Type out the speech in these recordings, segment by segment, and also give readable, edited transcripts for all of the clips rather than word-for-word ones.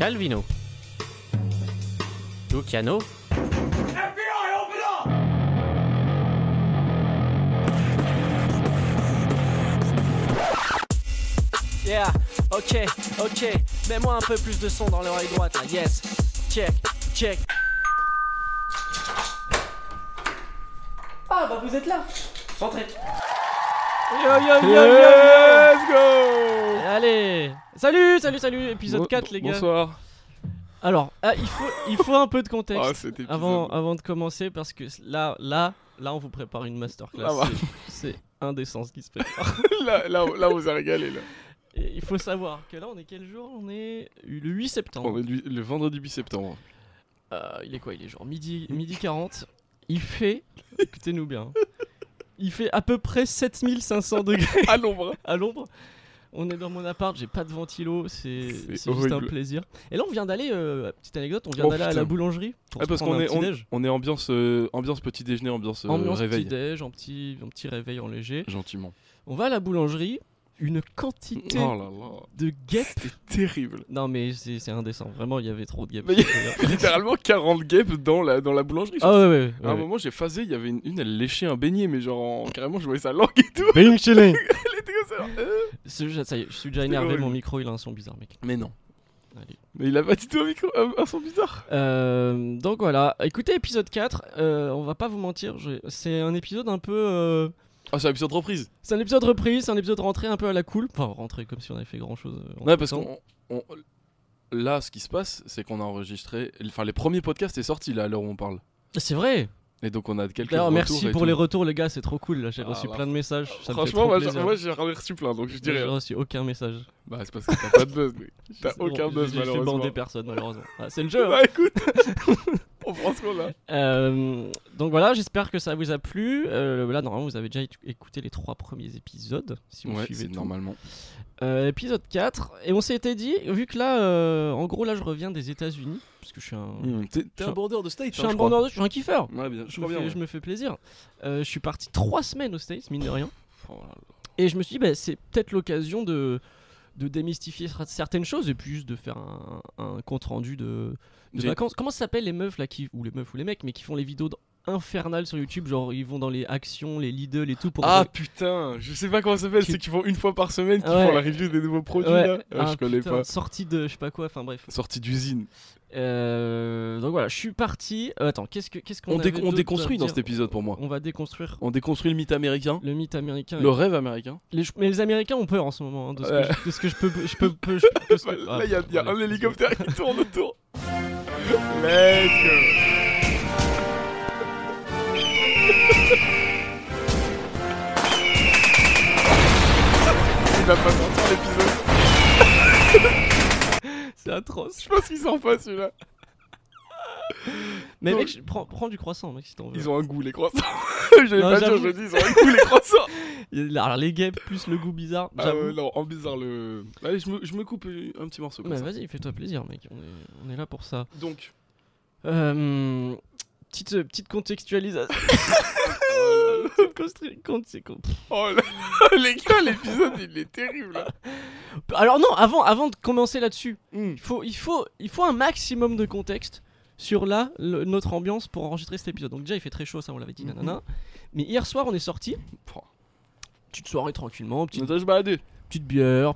Calvino. Luciano. FBI, open up! Yeah, ok. Mets-moi un peu plus de son dans l'oreille droite là. Yes. Check. Ah bah vous êtes là. Rentrez. Yo. Let's go. Allez. Salut. Épisode 4 les gars. Bonsoir. Alors, il faut un peu de contexte Ah, cet épisode. avant de commencer parce que là, on vous prépare une masterclass. Ah bah. C'est indécent ce qui se prépare. là, on vous a régalé là. Et il faut savoir que là, on est quel jour ? On est le 8 septembre. On est le vendredi 8 septembre. Il est quoi ? Il est genre midi 40. Il fait, écoutez-nous bien, il fait à peu près 7500 degrés À l'ombre. à l'ombre. On est dans mon appart, j'ai pas de ventilo, c'est juste un horrible. plaisir. Et là, on vient d'aller, petite anecdote, on vient d'aller à putain. la boulangerie pour se Parce prendre qu'on un est, petit déj. on est ambiance petit déjeuner, ambiance réveil. Petit déj, un petit réveil en léger. Gentiment. On va à la boulangerie, une quantité Oh là là. de guêpes. C'était terrible. Non mais c'est indécent, vraiment il y avait trop de guêpes. Mais il y a littéralement 40 guêpes dans la boulangerie. Ah ouais. À un moment, j'ai phasé, il y avait une elle léchait un beignet, mais genre carrément, je voyais sa langue et tout. Bing chilling. Elle était comme ça. Ça y est, je suis déjà énervé, horrible. mon micro il a un son bizarre mec. Mais non. Allez. Mais il a pas dit tout au micro, un son bizarre. Donc voilà, écoutez épisode 4, on va pas vous mentir, c'est un épisode un peu... Ah, c'est un épisode reprise. C'est un épisode reprise, c'est un épisode rentré un peu à la cool. Enfin rentré comme si on avait fait grand chose. Ouais, parce qu'on. Là, ce qui se passe, c'est qu'on a enregistré. Enfin, les premiers podcasts est sorti là à l'heure où on parle. C'est vrai. Et donc, on a quelques D'ailleurs retours. merci et pour tout. les retours les gars, c'est trop cool là, j'ai Ah, reçu bah, plein de messages. Ça me fait Franchement, trop plaisir. moi j'ai reçu plein, donc je dirais. J'ai reçu aucun message. Bah, c'est parce que t'as pas de buzz, mec. T'as C'est bon, aucun buzz, j'ai fait malheureusement. bander personne malheureusement. Ah, c'est le jeu. Hein. Bah, écoute, on prend ce qu'on a. Donc voilà, j'espère que ça vous a plu. Là, normalement, vous avez déjà écouté les 3 premiers épisodes, si vous Ouais, suivez c'est tout. normalement. Épisode 4. Et on s'était dit, vu que là, en gros, là, je reviens des États-Unis, parce que je suis un... T'es un border de States, Je suis un bandeur, je suis un kiffeur. Ouais, bien, Je me fais plaisir. Je suis parti 3 semaines aux States, mine de rien. Oh là là. Et je me suis dit, bah, c'est peut-être l'occasion de démystifier certaines choses et puis juste de faire un compte rendu de vacances. Comment ça s'appelle les meufs là ou les meufs ou les mecs mais qui font les vidéos infernales sur YouTube, genre ils vont dans les actions, les Lidl et tout pour Ah putain, je sais pas comment ça s'appelle, c'est qu'ils font une fois par semaine qu'ils font la review des nouveaux produits là. Je connais pas. Sortie de je sais pas quoi, enfin bref. Sortie d'usine. Donc voilà, je suis parti. Attends, qu'est-ce qu'on On déconstruit dans cet épisode pour moi. On va déconstruire. On déconstruit le mythe américain. Le mythe américain. Le rêve américain. Mais les Américains ont peur en ce moment hein, de ce que je peux. Là, il y a un hélicoptère qui tourne autour. Let's go. Il va pas sortir l'épisode. C'est atroce. Je pense qu'il sort pas celui-là. Mais Donc, mec, prends du croissant, mec, si t'en veux. ils ont un goût les croissants. J'avais Non, pas dit, j'avoue. je dis, ils ont un goût les croissants. Alors les guêpes plus le goût bizarre, j'avoue. Non, en bizarre le. Allez, je me coupe un petit morceau comme Mais ça. vas-y, fais-toi plaisir, mec. On est là pour ça. Donc. Petite contextualisation. Oh là, les gars, l'épisode il est terrible là. Alors non, avant de commencer là-dessus, il faut un maximum de contexte sur notre ambiance pour enregistrer cet épisode. Donc déjà il fait très chaud, ça on l'avait dit, nanana. Mais hier soir on est sorti, petite soirée tranquillement, petite bière,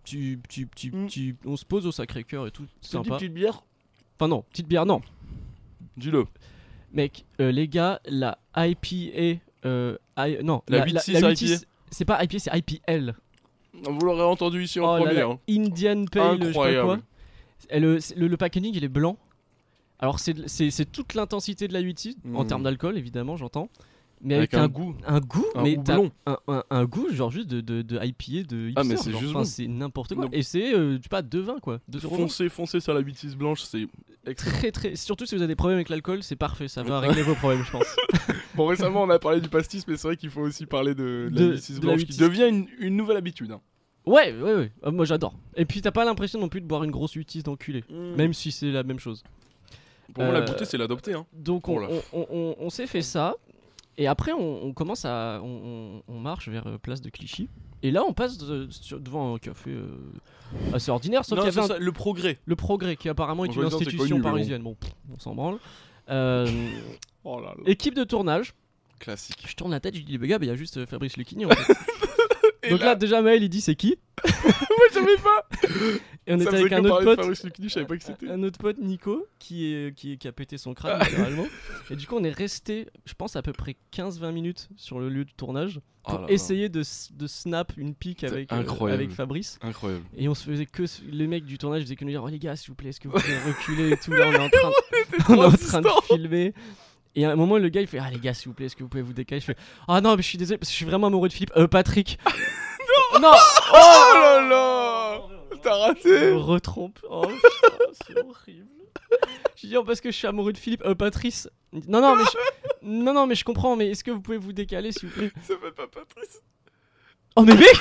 on se pose au Sacré-Cœur et tout, sympa. Petite bière. Enfin non, petite bière non. Dis-le. Mec, les gars, la IPA, non, la 8-6 IPA. C'est pas IPA, c'est IPL. Vous l'aurez entendu ici en premier. Hein. Indian Pale, je sais pas quoi. Le packaging il est blanc. Alors c'est toute l'intensité de la 8-6 en termes d'alcool évidemment, j'entends. Mais avec un goût. Un goût genre juste de IPA de hipster. Ah mais c'est juste bon. C'est n'importe quoi. Et c'est je sais pas 2,20 quoi. Foncez sur la 8-6 blanche, c'est très surtout si vous avez des problèmes avec l'alcool, c'est parfait, ça va régler vos problèmes je pense. Bon récemment on a parlé du pastis, mais c'est vrai qu'il faut aussi parler de la 8-6 blanche qui devient une nouvelle habitude. Hein. Ouais. Moi j'adore. Et puis t'as pas l'impression non plus de boire une grosse 8-6 d'enculé, même si c'est la même chose. Pour moi la goûter c'est l'adopter hein. Donc on s'est fait ça. Et après on commence on marche vers place de Clichy. Et là, on passe devant un café assez ordinaire, sauf qu'il y avait le Progrès. le Progrès, qui apparemment est En une soi-disant, c'est institution connu, mais bon. parisienne. Bon, on s'en branle. Oh là là. Équipe de tournage. Classique. Je tourne la tête, je dis, les gars, il y a juste Fabrice Lucchini en fait. Et Donc là, déjà, Maël, il dit, c'est qui? moi j'avais pas. Et on Ça était me avec fait un que autre parler de pote. Fabrice Lucchini, je savais pas qui c'était. Un autre pote, Nico, qui a pété son crâne littéralement. Et du coup, on est resté, je pense, à peu près 15-20 minutes sur le lieu de tournage Oh pour là là. essayer de snap une pique C'est avec, incroyable. avec Fabrice. Incroyable. Et on se faisait que. Les mecs du tournage faisaient que nous dire, oh les gars, s'il vous plaît, est-ce que vous pouvez reculer et tout. Là, on est en train, on est en train de filmer. Et à un moment, le gars il fait, ah les gars, s'il vous plaît, est-ce que vous pouvez vous décaler? Je fais, ah non, mais je suis désolé parce que je suis vraiment amoureux de Philippe. Patrick. Non. Oh là là. T'as Je me raté. retrompe. Oh putain, c'est horrible. Je dis, oh, parce que je suis amoureux de Philippe. Patrice. Non, mais je comprends, mais est-ce que vous pouvez vous décaler, s'il vous plaît? Ça s'appelle pas Patrice. Oh, mais mec.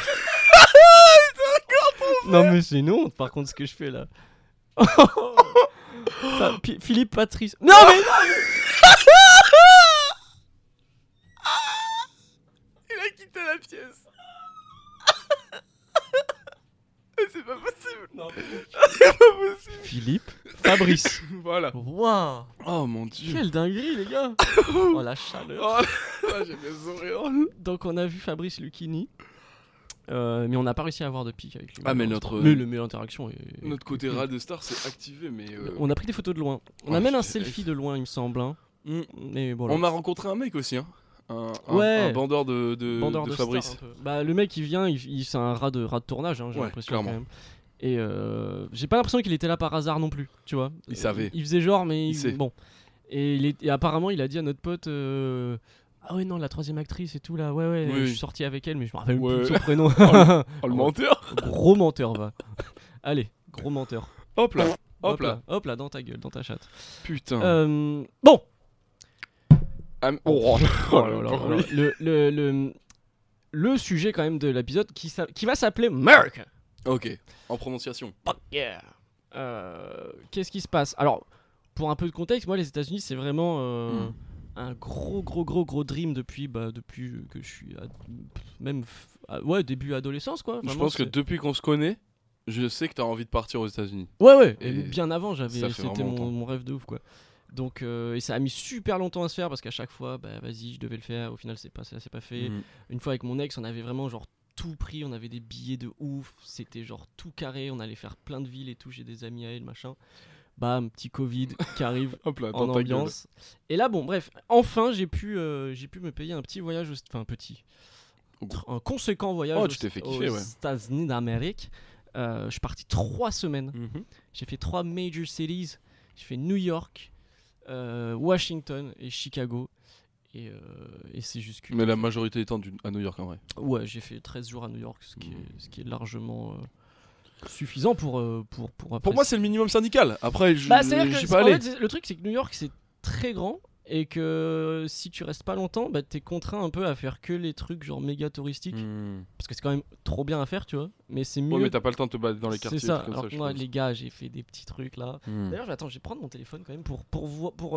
Non, mais c'est une honte, par contre, ce que je fais là. Philippe Patrice. Non, mais. Il a quitté la pièce. Mais c'est pas possible. Non, C'est pas possible. Philippe Fabrice. Voilà. Waouh. Oh mon dieu. Quelle dinguerie, les gars. Oh, la chaleur. Oh là, j'ai des auréoles. Donc, on a vu Fabrice Lucchini. Mais on n'a pas réussi à avoir de pic avec lui. Ah, mais malheureusement. notre- mais l'interaction est. Notre côté rat de star s'est activé, mais. On a pris des photos de loin. On Oh, a même un putain. selfie de loin, il me semble. Hein. Mm. Mais bon. On a rencontré un mec aussi, hein. Ouais. Un bandeur de Bandeur de Fabrice. star, un peu. Bah, le mec il vient, c'est un rat de tournage, hein, j'ai Ouais, l'impression clairement. quand même. Et j'ai pas l'impression qu'il était là par hasard non plus, tu vois. Il savait. Il faisait genre, mais Il sait. bon. Et apparemment il a dit à notre pote, ah ouais non la troisième actrice et tout là, ouais, Oui. je suis sorti avec elle, mais je me rappelle Ouais. plus de son prénom. Oh le menteur. Gros menteur va. Allez, gros menteur. Hop là. Hop là. hop là, dans ta gueule, dans ta chatte. Putain. Bon. Oh Oh là là là là. Le sujet quand même de l'épisode qui va s'appeler America. Ok. En prononciation. Fuck yeah. Qu'est-ce qui se passe? Alors, pour un peu de contexte, moi les États-Unis c'est vraiment un gros dream depuis que je suis début adolescence quoi. Je Vraiment, pense que c'est- depuis qu'on se connaît, je sais que t'as envie de partir aux États-Unis. ouais. Et Et bien avant ça fait c'était vraiment longtemps. mon rêve de ouf quoi. Donc et ça a mis super longtemps à se faire parce qu'à chaque fois vas-y je devais le faire. Au final c'est pas fait. Mhm. Une fois avec mon ex, on avait vraiment genre tout pris, on avait des billets de ouf, c'était genre tout carré, on allait faire plein de villes et tout, j'ai des amis à elle, machin. Bam, petit Covid qui arrive Hop là, en dans ta gueule. ambiance. Et là, bon, bref, enfin j'ai pu me payer un petit voyage, un conséquent voyage Oh, tu t'es fait kiffer, aux ouais. États-Unis d'Amérique. Je suis parti 3 semaines. Mhm. J'ai fait 3 major cities. J'ai fait New York, Washington et Chicago. Et c'est juste que. Mais la majorité étant à New York en vrai. Ouais, j'ai fait 13 jours à New York, ce qui est largement suffisant pour Pour moi, c'est le minimum syndical. Après, je c'est-à-dire que j'y suis pas en allé. fait, le truc, c'est que New York, c'est très grand. Et que si tu restes pas longtemps, t'es contraint un peu à faire que les trucs genre méga touristiques. Mhm. Parce que c'est quand même trop bien à faire, tu vois. Mais c'est mieux. Ouais, mais t'as pas le temps de te battre dans les quartiers. C'est ça. trucs comme Alors que je moi, pense. les gars, j'ai fait des petits trucs là. Mhm. D'ailleurs, attends, je vais prendre mon téléphone quand même pour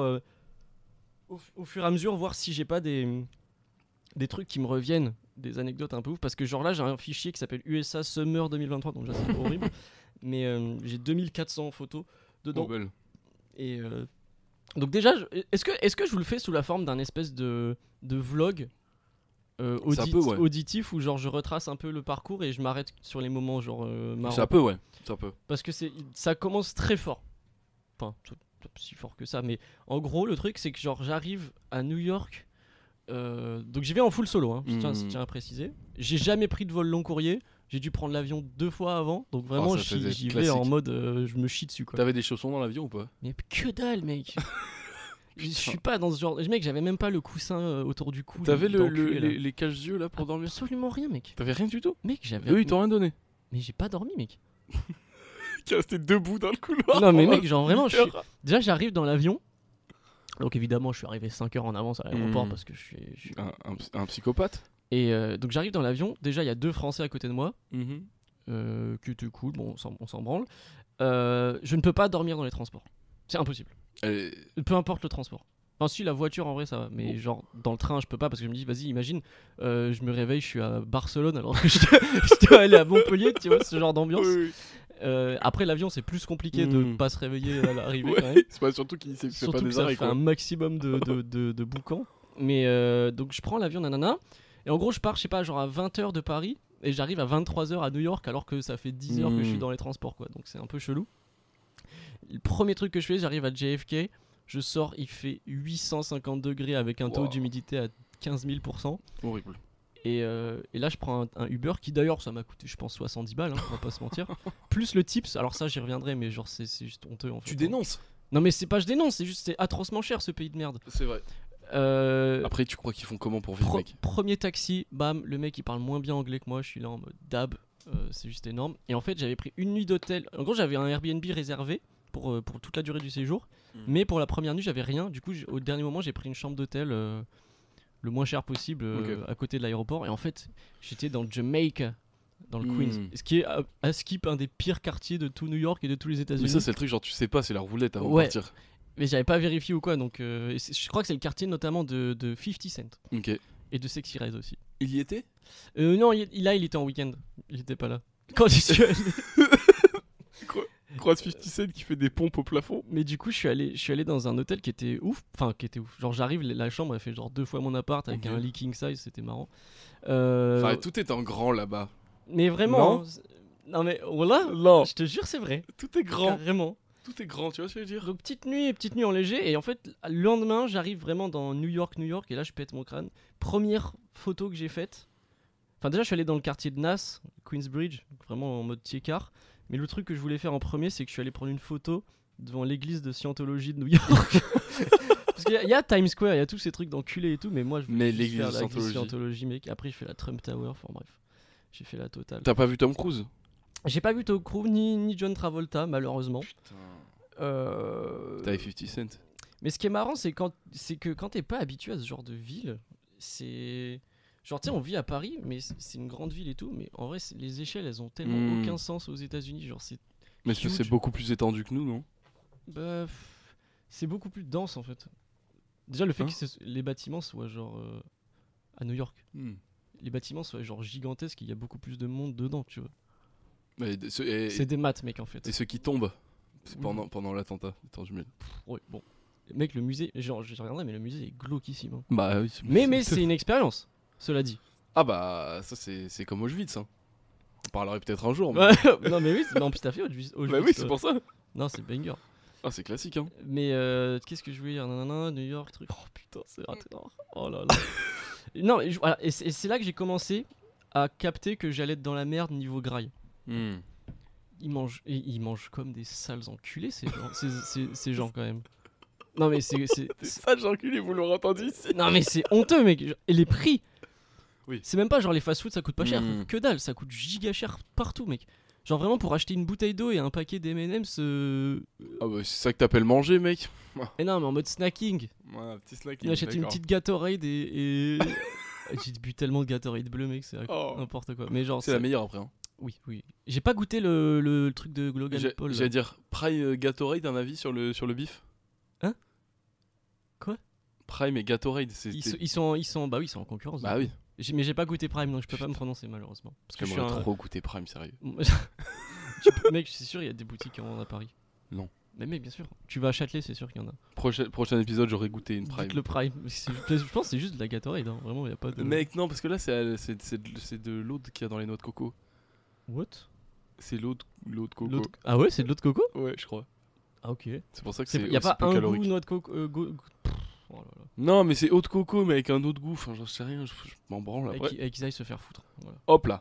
au fur et à mesure voir si j'ai pas des trucs qui me reviennent, des anecdotes un peu ouf. Parce que genre là, j'ai un fichier qui s'appelle USA Summer 2023, donc déjà c'est horrible. Mais j'ai 2400 photos dedans. Oh, belle. Et donc déjà, est-ce que je vous le fais sous la forme d'un espèce de vlog Ouais. auditif où genre je retrace un peu le parcours et je m'arrête sur les moments genre marrants. Ça peut, ouais. Ça peut. Parce que ça commence très fort. Enfin, pas si fort que ça, mais en gros le truc c'est que genre j'arrive à New York. Donc j'y vais en full solo, hein, je tiens à préciser. J'ai jamais pris de vol long courrier. J'ai dû prendre l'avion 2 fois avant, donc vraiment ça faisait j'y vais classique. en mode je me chie dessus quoi. T'avais des chaussons dans l'avion ou pas? Mais que dalle mec. Je suis pas dans ce genre. Mec, j'avais même pas le coussin autour du cou. T'avais d'enculé, là. les cache-yeux là pour dormir? Absolument rien mec. T'avais rien du tout? Mec j'avais. Eux ils t'ont rien donné. Mais j'ai pas dormi mec. Qui est resté debout dans le couloir. Non mais pendant mec genre vraiment 8 heures. déjà j'arrive dans l'avion. Donc évidemment je suis arrivé 5 heures en avance à l'aéroport parce que je suis... Un psychopathe. Et donc j'arrive dans l'avion. Déjà il y a 2 Français à côté de moi. Mhm. Qui était cool, bon on s'en branle. Je ne peux pas dormir dans les transports. C'est impossible. Et Peu importe le transport. Enfin, si, la voiture en vrai ça va, mais genre dans le train je peux pas parce que je me dis, vas-y, imagine, je me réveille, je suis à Barcelone alors que je dois aller à Montpellier, tu vois, ce genre d'ambiance. Oui. Après, l'avion c'est plus compliqué de pas se réveiller à l'arrivée quand même. Ouais, c'est pas surtout qu'il fait Surtout pas que des ça arrêts fait quoi. un maximum de boucans. Mais donc je prends l'avion, nanana. Et en gros, je pars, je sais pas, genre à 20h de Paris. Et j'arrive à 23h à New York alors que ça fait 10 heures que je suis dans les transports, quoi. Donc c'est un peu chelou. Le premier truc que je fais, j'arrive à JFK. Je sors, il fait 850 degrés avec un taux Wow. d'humidité à 15 000%. Horrible. Et là, je prends un Uber qui, d'ailleurs, ça m'a coûté, je pense, 70 balles, hein, on va pas se mentir. Plus le tips, alors ça, j'y reviendrai, mais genre, c'est juste honteux en fait. Tu dénonces. Non, mais c'est pas je dénonce, c'est juste, c'est atrocement cher ce pays de merde. C'est vrai. Après, tu crois qu'ils font comment pour vivre, mec? Premier taxi, bam, le mec il parle moins bien anglais que moi, je suis là en mode dab, c'est juste énorme. Et en fait, j'avais pris une nuit d'hôtel. En gros, j'avais un Airbnb réservé pour toute la durée du séjour, mais pour la première nuit, j'avais rien. Du coup, au dernier moment, j'ai pris une chambre d'hôtel le moins cher possible à côté de l'aéroport. Et en fait, j'étais dans Jamaica, dans le Queens, ce qui est à skip un des pires quartiers de tout New York et de tous les États-Unis. Mais ça, c'est le truc, genre, tu sais pas, c'est la roulette avant de Ouais. partir. Mais j'avais pas vérifié ou quoi, donc je crois que c'est le quartier notamment de 50 Cent Ok. et de Sexy Red aussi. Il y était? Non, il était en week-end, il était pas là. Quand j'y suis allé. Croise 50 Cent qui fait des pompes au plafond. Mais du coup, je suis allé dans un hôtel qui était ouf. Enfin, qui était ouf. Genre, j'arrive, la chambre, elle fait genre 2 fois mon appart avec Ok. un lit king size, c'était marrant. Enfin, tout est en grand là-bas. Mais vraiment. Non. Non, mais voilà. Non. Je te jure, c'est vrai. Tout est grand. Carrément. Tout est grand, tu vois ce que je veux dire? Donc, petite nuit en léger. Et en fait, le lendemain, j'arrive vraiment dans New York. Et là, je pète mon crâne. Première photo que j'ai faite. Enfin, déjà, je suis allé dans le quartier de Nass, Queensbridge, vraiment en mode tiécart. Mais le truc que je voulais faire en premier, c'est que je suis allé prendre une photo devant l'église de Scientologie de New York. Parce qu'il y a Times Square, il y a tous ces trucs d'enculés et tout, mais moi je Mais voulais juste l'église faire de l'église Scientologie. Scientologie, mec. Après, je fais la Trump Tower, enfin bref. J'ai fait la totale. T'as pas vu Tom Cruise? J'ai pas vu Tom Cruise ni John Travolta, malheureusement. Putain. Euh, T'avais 50 Cent. Mais ce qui est marrant, c'est que quand t'es pas habitué à ce genre de ville, c'est. Genre, tu sais, on vit à Paris, mais c'est une grande ville et tout, mais en vrai, les échelles, elles ont tellement aucun sens aux États-Unis. Genre, c'est. Mais huge. c'est beaucoup plus étendu que nous, non? Bah, c'est beaucoup plus dense en fait. Déjà, le fait Hein que les bâtiments soient genre. À New York, les bâtiments soient genre gigantesques, il y a beaucoup plus de monde dedans, tu vois. C'est des maths, mec, en fait. Et ceux qui tombent c'est Oui. pendant l'attentat des Torches Jumelles. Ouais, bon. Mec, le musée, genre, je regarderai, mais le musée est glauquissime. Hein. Bah oui. Mais c'est une expérience, cela dit. Ah bah ça c'est comme Auschwitz. Hein. On parlerait peut-être un jour. Mais... Ouais, non, mais oui, mais en plus, t'as fait Auschwitz. Bah oui, c'est pour ça. Non, c'est banger. Ah, c'est classique, hein. Mais qu'est-ce que je voulais dire? Nanana, New York, truc. Oh putain, c'est raté. Oh là là. Non, voilà, et c'est là que j'ai commencé à capter que j'allais être dans la merde niveau graille. Ils mangent comme des sales enculés, ces gens quand même. Non, mais c'est Ça, j'ai enculé, vous l'aurez entendu ici. non, mais c'est honteux, mec. Et les prix. Oui. C'est même pas genre les fast-food, ça coûte pas cher. Mm. Que dalle, ça coûte giga cher partout, mec. Genre vraiment pour acheter une bouteille d'eau et un paquet d'M&M's. Ah bah c'est ça que t'appelles manger, mec. Mais non, mais en mode snacking. Ouais, un petit snack. Il achète une petite Gatorade et... J'ai bu tellement de Gatorade bleu, mec, c'est Oh. n'importe quoi. Mais genre, C'est la meilleure après. Hein. Oui. J'ai pas goûté le truc de Logan Paul. là. J'allais dire Prime Gatorade, un avis sur le bif. Hein? Quoi? Prime et Gatorade, c'est. Ils sont en concurrence. Bah donc. oui. Mais j'ai pas goûté Prime, donc je peux pas me prononcer malheureusement. Parce que je suis J'aimerais un... trop goûter Prime, sérieux. Mec, c'est sûr, il y a des boutiques qui en vendent à Paris. Non. Mais mec, bien sûr. Tu vas à Châtelet, c'est sûr qu'il y en a. Prochain épisode, j'aurais goûté une Prime. Dites le Prime. Je pense que c'est juste de la Gatorade, hein. Vraiment, il y a pas de. Mec, non, parce que là, c'est de l'eau qu'il y a dans les noix de coco. What? C'est l'eau de coco. Ah ouais, c'est de l'eau de coco? Ouais, je crois. Ah ok. C'est pour ça que Il c'est y a aussi pas peu un calorique. goût noix de coco. Oh là là. Non, mais c'est eau de coco, mais avec un autre goût. Enfin, j'en sais rien, je m'en branle après. Et qu'ils aillent se faire foutre. Voilà. Hop là.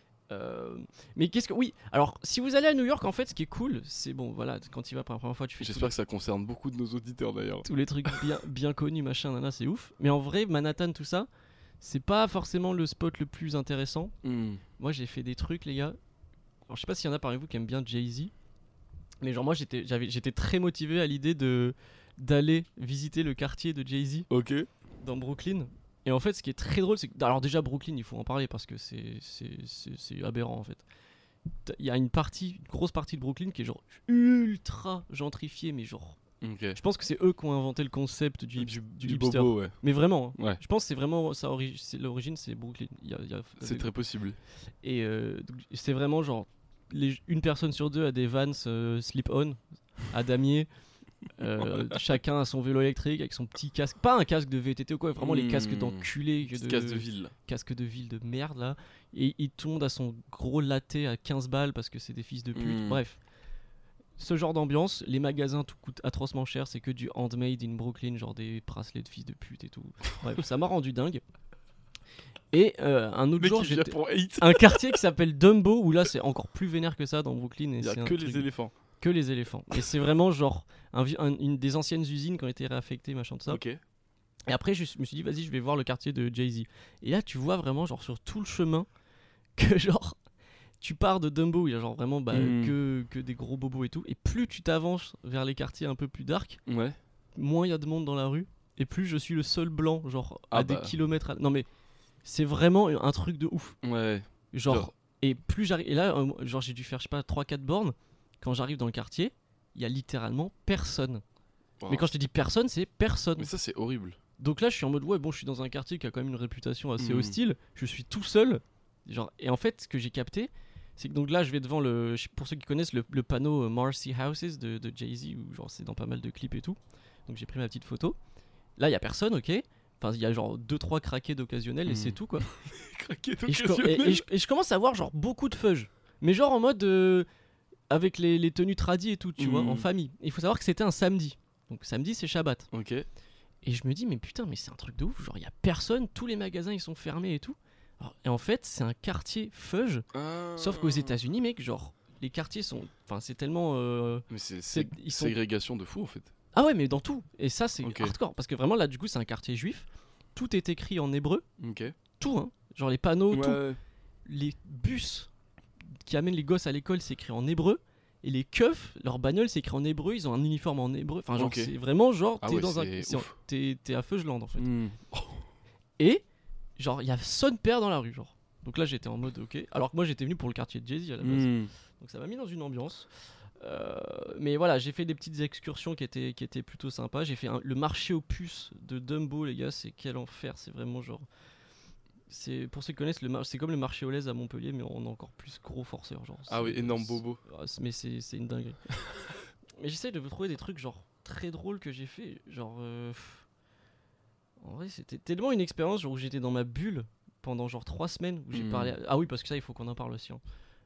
Mais qu'est-ce que. Oui, alors si vous allez à New York, en fait, ce qui est cool, c'est bon, voilà, quand tu vas pour la première fois, tu fais J'espère que ça concerne beaucoup de nos auditeurs d'ailleurs. tous les trucs bien connus, machin, nana, c'est ouf. Mais en vrai, Manhattan, tout ça, c'est pas forcément le spot le plus intéressant. Moi, j'ai fait des trucs, les gars. Alors, je sais pas s'il y en a parmi vous qui aiment bien Jay-Z, mais genre, moi, j'étais très motivé à l'idée d'aller visiter le quartier de Jay-Z Ok. dans Brooklyn. Et en fait, ce qui est très drôle, c'est que. Alors, déjà, Brooklyn, il faut en parler parce que c'est aberrant en fait. Il y a une grosse partie de Brooklyn qui est genre ultra gentrifiée, mais genre Ok. Je pense que c'est eux qui ont inventé le concept du hipster. bobo, ouais. Mais vraiment, hein. Ouais. Je pense que c'est vraiment l'origine, c'est Brooklyn. C'est très possible. Et donc, c'est vraiment genre une personne sur deux a des Vans slip-on à damier. Chacun a son vélo électrique avec son petit casque, pas un casque de VTT ou quoi, vraiment les casques d'enculés, Casque de ville. casque de ville de merde là. Et tout le monde a son gros latte à 15 balles parce que c'est des fils de pute. Bref, ce genre d'ambiance, les magasins tout coûtent atrocement cher, c'est que du handmade in Brooklyn, genre des bracelets de fils de pute et tout. Bref, ça m'a rendu dingue. Et un autre jour, j'étais pour hate. un quartier qui s'appelle Dumbo, où là c'est encore plus vénère que ça dans Brooklyn. Et Il y a c'est un que les truc- éléphants. que les éléphants. Et c'est vraiment genre une des anciennes usines qui ont été réaffectées, machin de ça. Ok. Et après, je me suis dit, vas-y, je vais voir le quartier de Jay-Z. Et là, tu vois vraiment, genre, sur tout le chemin, que genre, tu pars de Dumbo, où il y a genre vraiment que des gros bobos et tout. Et plus tu t'avances vers les quartiers un peu plus dark, Ouais. moins il y a de monde dans la rue. Et plus je suis le seul blanc, genre, à Ah des bah. kilomètres. Non, mais c'est vraiment un truc de ouf. Ouais. Genre, et plus j'arrive. Et là, genre, j'ai dû faire, je sais pas, 3-4 bornes. Quand j'arrive dans le quartier, il y a littéralement personne. Wow. Mais quand je te dis personne, c'est personne. Mais ça, c'est horrible. Donc là, je suis en mode, ouais, bon, je suis dans un quartier qui a quand même une réputation assez Mhm. hostile. Je suis tout seul. Genre, et en fait, ce que j'ai capté, c'est que donc là, je vais devant pour ceux qui connaissent le panneau Marcy Houses de Jay-Z, où genre c'est dans pas mal de clips et tout. Donc j'ai pris ma petite photo. Là, il y a personne, ok. Enfin, il y a genre 2-3 craqués d'occasionnels et c'est tout quoi. Craqué Et je commence à voir genre beaucoup de fudge. Mais genre en mode avec les tenues tradies et tout, tu vois, en famille. Il faut savoir que c'était un samedi. Donc samedi, c'est Shabbat. Ok. Et je me dis, mais putain, mais c'est un truc de ouf. Genre, il y a personne, tous les magasins ils sont fermés et tout. Et en fait, c'est un quartier fudge. Sauf qu'aux États-Unis, mec, genre, les quartiers sont. Enfin, c'est tellement. Mais c'est ils sont- ségrégation de fou en fait. Ah ouais, mais dans tout. Et ça, c'est Ok. hardcore. Parce que vraiment, là, du coup, c'est un quartier juif. Tout est écrit en hébreu. Ok. Tout, hein. Genre, les panneaux, tout. Ouais. Les bus qui amènent les gosses à l'école, c'est écrit en hébreu. Et les keufs, leur bagnole, c'est écrit en hébreu. Ils ont un uniforme en hébreu. Enfin, genre, Ok. c'est vraiment genre, Ah t'es ouais, dans un. c'est ouf. T'es à Feugeland, en fait. Hmm. Et, genre, il y a son père dans la rue, genre. Donc là, j'étais en mode, ok. Alors que moi, j'étais venu pour le quartier de Jay-Z à la base. Hmm. Donc ça m'a mis dans une ambiance. Mais voilà, j'ai fait des petites excursions qui étaient plutôt sympas. J'ai fait le marché aux puces de Dumbo, les gars. C'est quel enfer. C'est vraiment genre. Pour ceux qui connaissent, c'est comme le marché aux laises à Montpellier, mais en encore plus gros forceur. Genre, Ah oui, énorme bobo. Mais c'est une dinguerie. Mais j'essaie de vous trouver des trucs genre très drôles que j'ai fait. Genre. En vrai, c'était tellement une expérience genre, où j'étais dans ma bulle pendant genre 3 semaines. Où j'ai parlé. Ah oui, parce que ça, il faut qu'on en parle aussi. Hein.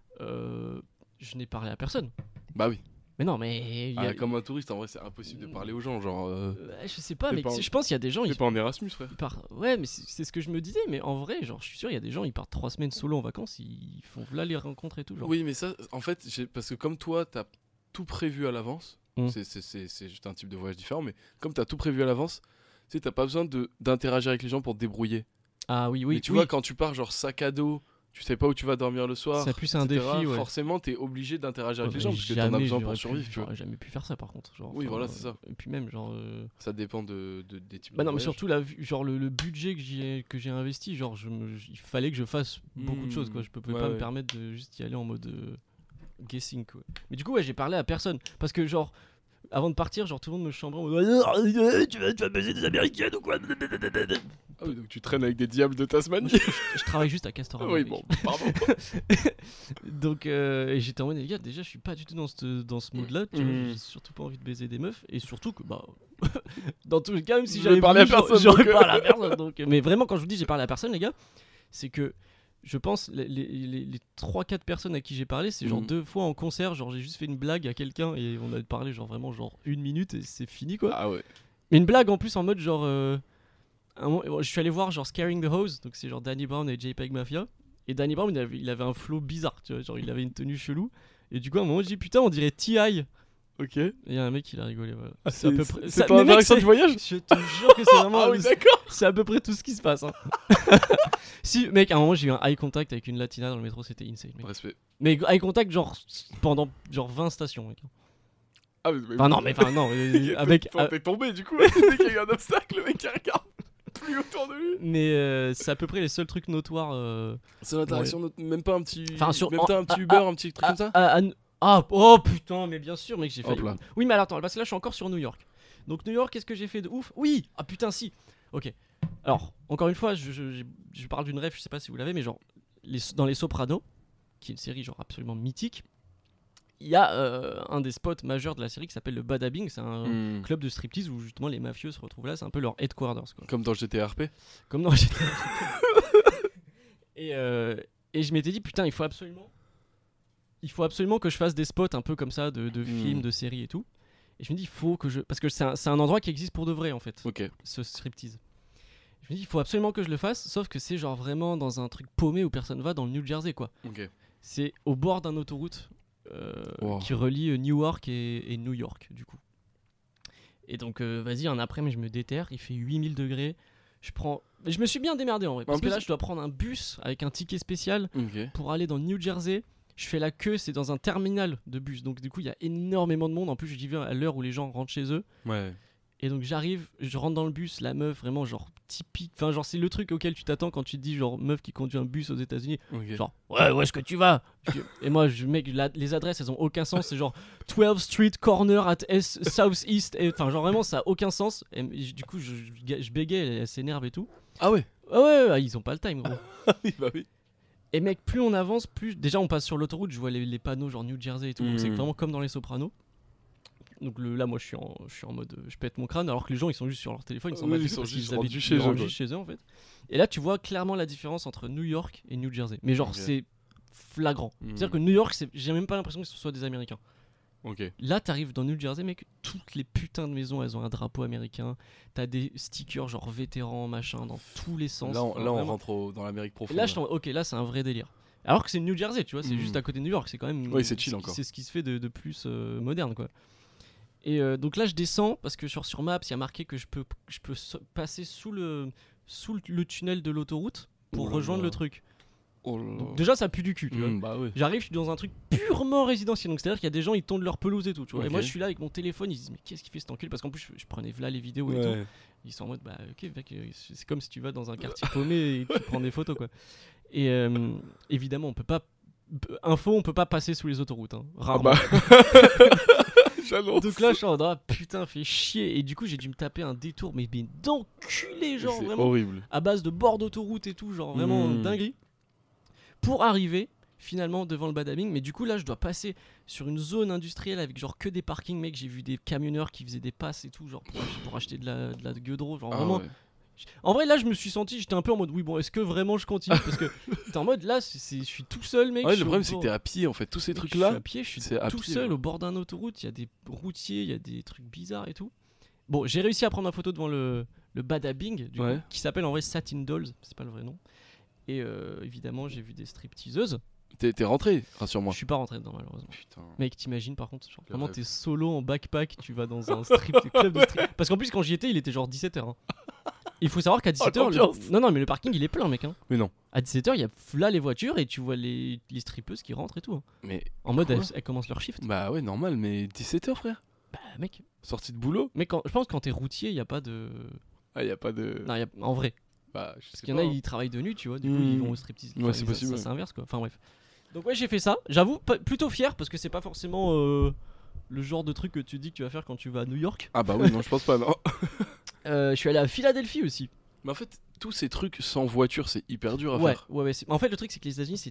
Je n'ai parlé à personne. Bah oui. Mais non, mais. Comme un touriste, en vrai, c'est impossible de parler aux gens. Genre. Je sais pas, T'es mais pas en- je pense qu'il y a des gens. T'es pas en Erasmus, frère. Ouais, mais c'est ce que je me disais. Mais en vrai, genre, je suis sûr, il y a des gens, ils partent 3 semaines solo en vacances, ils font là les rencontres et tout. Genre. Oui, mais ça, en fait, parce que comme toi, t'as tout prévu à l'avance. C'est juste un type de voyage différent, mais comme t'as tout prévu à l'avance, tu sais, t'as pas besoin d'interagir avec les gens pour te débrouiller. Ah oui, Mais tu vois, quand tu pars genre sac à dos, tu sais pas où tu vas dormir le soir. C'est plus un etc., défi, ouais. Forcément, t'es obligé d'interagir avec les gens parce que t'en as Jamais besoin j'aurais pour survivre, tu vois. J'aurais jamais pu faire ça par contre. Genre, Oui, voilà, c'est ça. Et puis même, genre. Ça dépend des types Bah de non, mais voyages. surtout genre le budget que j'ai investi, genre il fallait que je fasse beaucoup de choses quoi. Je pouvais pas me permettre de juste y aller en mode guessing quoi. Mais du coup ouais, j'ai parlé à personne parce que genre avant de partir, genre tout le monde me chambrait en mode tu vas baiser des américaines ou quoi. Ah oui, donc tu traînes avec des diables de Tasmanie. Je travaille juste à Castorama. Oui, mec. bon, pardon. Donc et j'étais en mode les gars, déjà je suis pas du tout dans ce mood là, tu vois, j'ai surtout pas envie de baiser des meufs et surtout que bah dans tous les cas même si Vous j'avais avez parlé à voulu, personne, j'aurais donc, parlé à personne donc mais vraiment quand je vous dis j'ai parlé à personne les gars, c'est que je pense les 3-4 personnes à qui j'ai parlé, c'est genre 2 fois en concert, genre j'ai juste fait une blague à quelqu'un et on a parlé genre vraiment genre 1 minute et c'est fini quoi. Ah ouais. Mais une blague en plus en mode genre je suis allé voir genre Scaring the Hose, donc c'est genre Danny Brown et JPEG Mafia. Et Danny Brown il avait un flow bizarre, tu vois, genre il avait une tenue chelou. Et du coup à un moment je dis putain on dirait T.I. Ok. Et il y a un mec il a rigolé voilà. Ah, C'est à peu près c'est ça- ton mais mec, interaction c'est- du voyage. Je te jure que c'est vraiment Ah oui, d'accord. c'est à peu près tout ce qui se passe hein. Si mec à un moment j'ai eu un eye contact avec une latina dans le métro, c'était insane mec. Respect. Mais eye contact genre pendant genre 20 stations mec. Ah, mais Enfin non avec T'es tombé du coup. Dès qu'il y a eu un obstacle, le mec il regarde plus autour de lui. mais c'est à peu près les seuls trucs notoires C'est l'interaction, même pas un petit. Enfin, sur- Même pas un petit Uber, un petit truc comme ça. oh putain, mais bien sûr, mec, j'ai Hop failli. là. Oui, mais alors attends, parce que là, je suis encore sur New York. Donc New York, qu'est-ce que j'ai fait de ouf? Oui. Ah putain si. Ok. Alors encore une fois, je parle d'une rêve, je sais pas si vous l'avez, mais genre dans les Sopranos, qui est une série genre absolument mythique. Il y a un des spots majeurs de la série qui s'appelle le Bada-Bing. C'est un club de striptease où justement les mafieux se retrouvent là. C'est un peu leur headquarters, quoi. Comme dans GTRP. Comme dans GTA. Et je m'étais dit putain, il faut absolument que je fasse des spots un peu comme ça de films, de séries et tout. Et je me dis il faut que je, parce que c'est un endroit qui existe pour de vrai en fait. Ok. Ce striptease. Je me dis il faut absolument que je le fasse. Sauf que c'est genre vraiment dans un truc paumé où personne va, dans le New Jersey, quoi. Ok. C'est au bord d'un autoroute. Qui relie Newark et New York du coup. Et donc vas-y, un après-midi je me déterre, il fait 8000 degrés. Je me suis bien démerdé en vrai, parce que là je dois prendre un bus avec un ticket spécial pour aller dans New Jersey. Je fais la queue, c'est dans un terminal de bus, donc du coup il y a énormément de monde. En plus j'y vais à l'heure où les gens rentrent chez eux. Ouais. Et donc j'arrive, je rentre dans le bus, la meuf vraiment genre typique, enfin genre c'est le truc auquel tu t'attends quand tu te dis genre meuf qui conduit un bus aux États-Unis. Okay. Genre ouais, où est-ce que tu vas? Et moi mec, les adresses elles ont aucun sens, c'est genre 12th Street corner at Southeast, enfin genre vraiment ça a aucun sens. Et du coup je bégaye, elle s'énerve et tout. Ah ouais. Ouais, ils ont pas le time gros. Oui, bah oui. Et mec, plus on avance, plus déjà on passe sur l'autoroute, je vois les panneaux genre New Jersey et tout, donc c'est vraiment comme dans les Sopranos. Donc là moi je suis en mode je pète mon crâne, alors que les gens ils sont juste sur leur téléphone, ils sont juste rendus chez eux en fait. Et là tu vois clairement la différence entre New York et New Jersey, mais genre c'est flagrant. C'est-à-dire que New York, j'ai même pas l'impression que ce soit des Américains. Là t'arrives dans New Jersey mec, toutes les putains de maisons elles ont un drapeau américain, t'as des stickers genre vétérans machin dans tous les sens. Là on rentre dans l'Amérique profonde. Là là c'est un vrai délire. Alors que c'est New Jersey, tu vois, c'est juste à côté de New York, c'est quand même c'est chill encore. C'est ce qui se fait de plus moderne quoi. Et donc là je descends parce que sur Maps il y a marqué que je peux passer sous le tunnel de l'autoroute pour rejoindre le truc. Donc déjà ça pue du cul, tu vois. Bah ouais. J'arrive, je suis dans un truc purement résidentiel, donc c'est à dire qu'il y a des gens ils tondent leur pelouse et tout, tu vois. Et moi je suis là avec mon téléphone, ils se disent mais qu'est-ce qu'il fait cet encul, parce qu'en plus je prenais là les vidéos et tout. Ils sont en mode bah ok mec, c'est comme si tu vas dans un quartier paumé et tu prends des photos quoi. Et évidemment on peut pas passer sous les autoroutes hein, rarement. Donc là je suis en mode putain fait chier, et du coup j'ai dû me taper un détour mais d'enculé genre vraiment horrible, à base de bord d'autoroute et tout, genre vraiment dinguerie, pour arriver finalement devant le Bada-Bing. Mais du coup là je dois passer sur une zone industrielle avec genre que des parkings mec, j'ai vu des camionneurs qui faisaient des passes et tout genre pour acheter de la gueudreau genre vraiment. En vrai là je me suis senti, j'étais un peu en mode oui bon est-ce que vraiment je continue, parce que t'es en mode là je suis tout seul mec. Ouais, le problème c'est que t'es à pied en fait, tous ces trucs là. Je suis à pied, je suis tout seul au bord d'un autoroute, il y a des routiers, il y a des trucs bizarres et tout. Bon j'ai réussi à prendre ma photo devant le Bada-Bing du coup, qui s'appelle en vrai Satin Dolls, c'est pas le vrai nom. Et évidemment j'ai vu des stripteaseuses. T'es rentré, rassure-moi. Je suis pas rentré dedans malheureusement. Putain. Mec t'imagines par contre genre, vraiment t'es solo en backpack, tu vas dans un club de strip. Parce qu'en plus quand j'y étais il était genre 17h hein. Il faut savoir qu'à 17h non mais le parking il est plein mec hein. Mais non. À 17h il y a là les voitures et tu vois les strippeuses qui rentrent et tout hein. Mais en mode elles commencent leur shift. Bah ouais normal, mais 17h frère. Bah mec, sortie de boulot. Mais je pense que quand t'es routier il y a pas de... Ah y a pas de... Non en vrai. Bah je sais parce qu'il y en a ils travaillent de nuit tu vois, du coup ils vont au striptease. Ouais c'est possible. Ça s'inverse quoi, enfin bref. Donc ouais j'ai fait ça, j'avoue plutôt fier parce que c'est pas forcément le genre de truc que tu dis que tu vas faire quand tu vas à New York. Ah bah oui non je pense pas non. Je suis allé à Philadelphie aussi. Mais en fait tous ces trucs sans voiture c'est hyper dur à faire. Ouais en fait le truc c'est que les États-Unis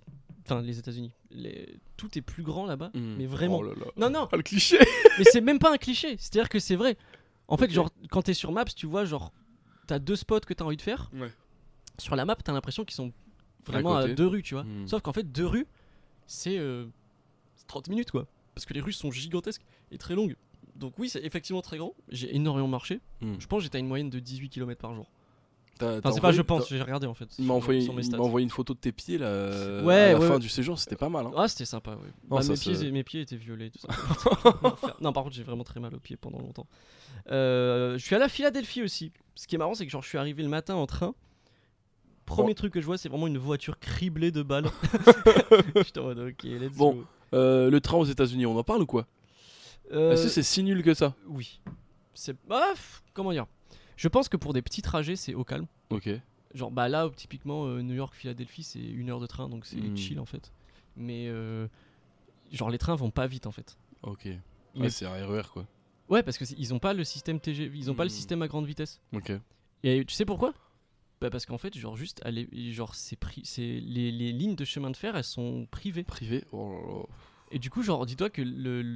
tout est plus grand là-bas, mais vraiment. Oh là là. Non. Ah, le cliché. Mais c'est même pas un cliché, c'est-à-dire que c'est vrai. En fait genre quand t'es sur Maps tu vois genre t'as 2 spots que t'as envie de faire. Ouais. Sur la map t'as l'impression qu'ils sont vraiment à 2 rues tu vois. Sauf qu'en fait 2 rues c'est 30 minutes quoi, parce que les rues sont gigantesques et très longues. Donc oui c'est effectivement très grand, j'ai énormément marché. Je pense que j'étais à une moyenne de 18 km par jour. Enfin c'est pas je pense, j'ai regardé en fait. Il m'a envoyé une photo de tes pieds là à la fin du séjour, c'était pas mal hein. Ah c'était sympa ouais. Non, mes pieds étaient violets tout ça. Non par contre j'ai vraiment très mal aux pieds pendant longtemps. Je suis allé à Philadelphie aussi. Ce qui est marrant c'est que genre je suis arrivé le matin en train. Premier truc que je vois c'est vraiment une voiture criblée de balles. Putain ok let's go. Le train aux États-Unis on en parle ou quoi? Est-ce que c'est si nul que ça? Oui. C'est comment dire? Je pense que pour des petits trajets c'est au calme. Ok. Genre bah là typiquement New York Philadelphie c'est 1 heure de train donc c'est chill en fait. Mais genre les trains vont pas vite en fait. Ok. Ouais c'est un RER quoi. Ouais, parce que ils ont pas le système TGV, ils ont pas le système à grande vitesse. Ok. Et tu sais pourquoi ? Bah parce qu'en fait, genre juste, genre les lignes de chemin de fer, elles sont privées. Privé. Oh là là. Et du coup, genre, dis-toi que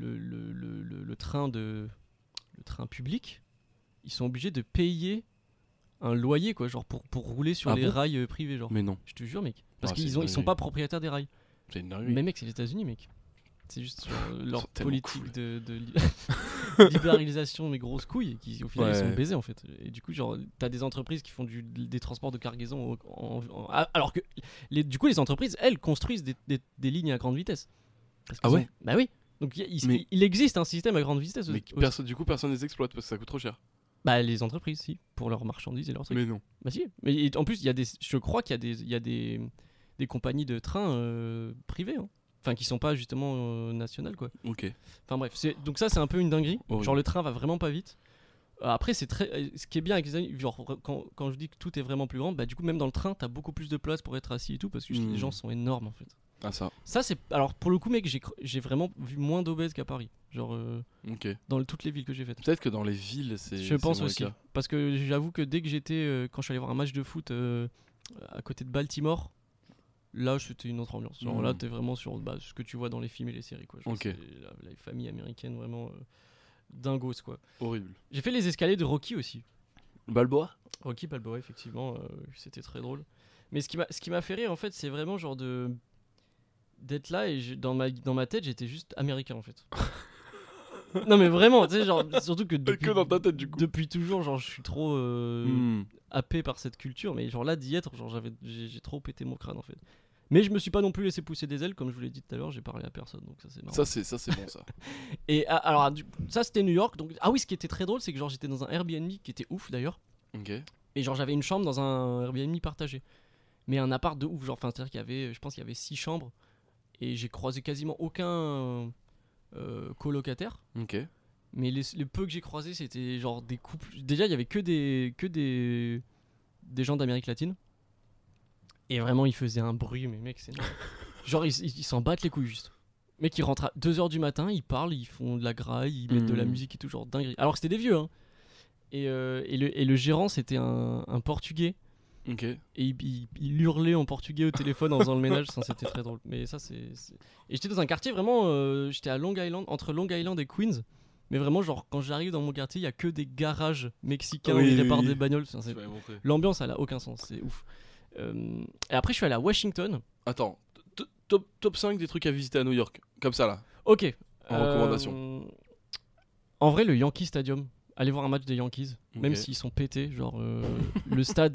le train public, ils sont obligés de payer un loyer, quoi, genre pour rouler sur les rails privés, genre. Mais non. Je te jure, mec. Parce Ah, qu'ils sont pas propriétaires des rails. C'est une dinguerie. Mais mec, c'est les États-Unis, mec. C'est juste genre, leur tellement politique cool. de libéralisation, mes grosses couilles, qui au final ils sont baisés en fait. Et du coup, genre, t'as des entreprises qui font des transports de cargaison alors que du coup, les entreprises, elles, construisent des lignes à grande vitesse. Ah ouais ? Bah oui. Donc il existe un système à grande vitesse. Mais du coup, personne les exploite parce que ça coûte trop cher. Bah les entreprises, si, pour leurs marchandises et leurs trucs. Mais non. Bah si. Mais en plus, je crois qu'il y a des compagnies de trains privées, hein. Enfin, qui sont pas justement nationales, quoi. Ok. Enfin bref, donc ça c'est un peu une dinguerie. Oh, genre le train va vraiment pas vite. Après c'est très, ce qui est bien avec les années, genre quand je dis que tout est vraiment plus grand, bah du coup même dans le train t'as beaucoup plus de place pour être assis et tout parce que les gens sont énormes en fait. Ah ça. Ça c'est, alors pour le coup mec, j'ai vraiment vu moins d'obèses qu'à Paris. Genre Ok. dans toutes les villes que j'ai faites. Peut-être que dans les villes Je pense moins aussi. le cas. Parce que j'avoue que dès que j'étais, quand je suis allé voir un match de foot à côté de Baltimore. Là, c'était une autre ambiance. Genre là, t'es vraiment sur ce que tu vois dans les films et les séries, quoi. Genre, Ok. c'est la famille américaine vraiment dingos, quoi. Horrible. J'ai fait les escaliers de Rocky aussi. Balboa ? Rocky Balboa, effectivement, c'était très drôle. Mais ce qui m'a fait rire, en fait, c'est vraiment genre d'être là et dans ma tête, j'étais juste américain, en fait. Non, mais vraiment, tu sais, genre, surtout que Que dans ta tête, du coup. depuis toujours, genre, je suis trop happé par cette culture, mais genre là, d'y être, genre, j'ai trop pété mon crâne, en fait. Mais je me suis pas non plus laissé pousser des ailes, comme je vous l'ai dit tout à l'heure, j'ai parlé à personne, donc ça c'est marrant. Ça c'est bon ça. Et alors, ça c'était New York, donc oui, ce qui était très drôle, c'est que genre j'étais dans un Airbnb qui était ouf d'ailleurs. Ok. Et genre j'avais une chambre dans un Airbnb partagé, mais un appart de ouf, genre, enfin c'est-à-dire je pense qu'il y avait 6 chambres et j'ai croisé quasiment aucun colocataire. Ok. Mais les peu que j'ai croisés, c'était genre des couples. Déjà, il y avait que des gens d'Amérique latine. Et vraiment, ils faisaient un bruit, mais mec, c'est genre, ils s'en battent les couilles juste. Mec, ils rentrent à 2h du matin, ils parlent, ils font de la graille, ils mettent de la musique et tout, genre dinguerie. Alors que c'était des vieux, hein. Et le gérant, c'était un Portugais. Ok. Et il hurlait en portugais au téléphone en faisant le ménage. C'était très drôle. Mais ça, c'est... Et j'étais dans un quartier vraiment... j'étais à Long Island, entre Long Island et Queens. Mais vraiment, genre, quand j'arrive dans mon quartier, il y a que des garages mexicains où ils réparent des bagnoles. Enfin, l'ambiance, elle a aucun sens. C'est ouf. Et après, je suis allé à Washington. Attends, top 5 des trucs à visiter à New York. Comme ça, là. Ok. En recommandation. En vrai, le Yankee Stadium. Allez voir un match des Yankees, même Ok. s'ils sont pétés. Genre, le stade,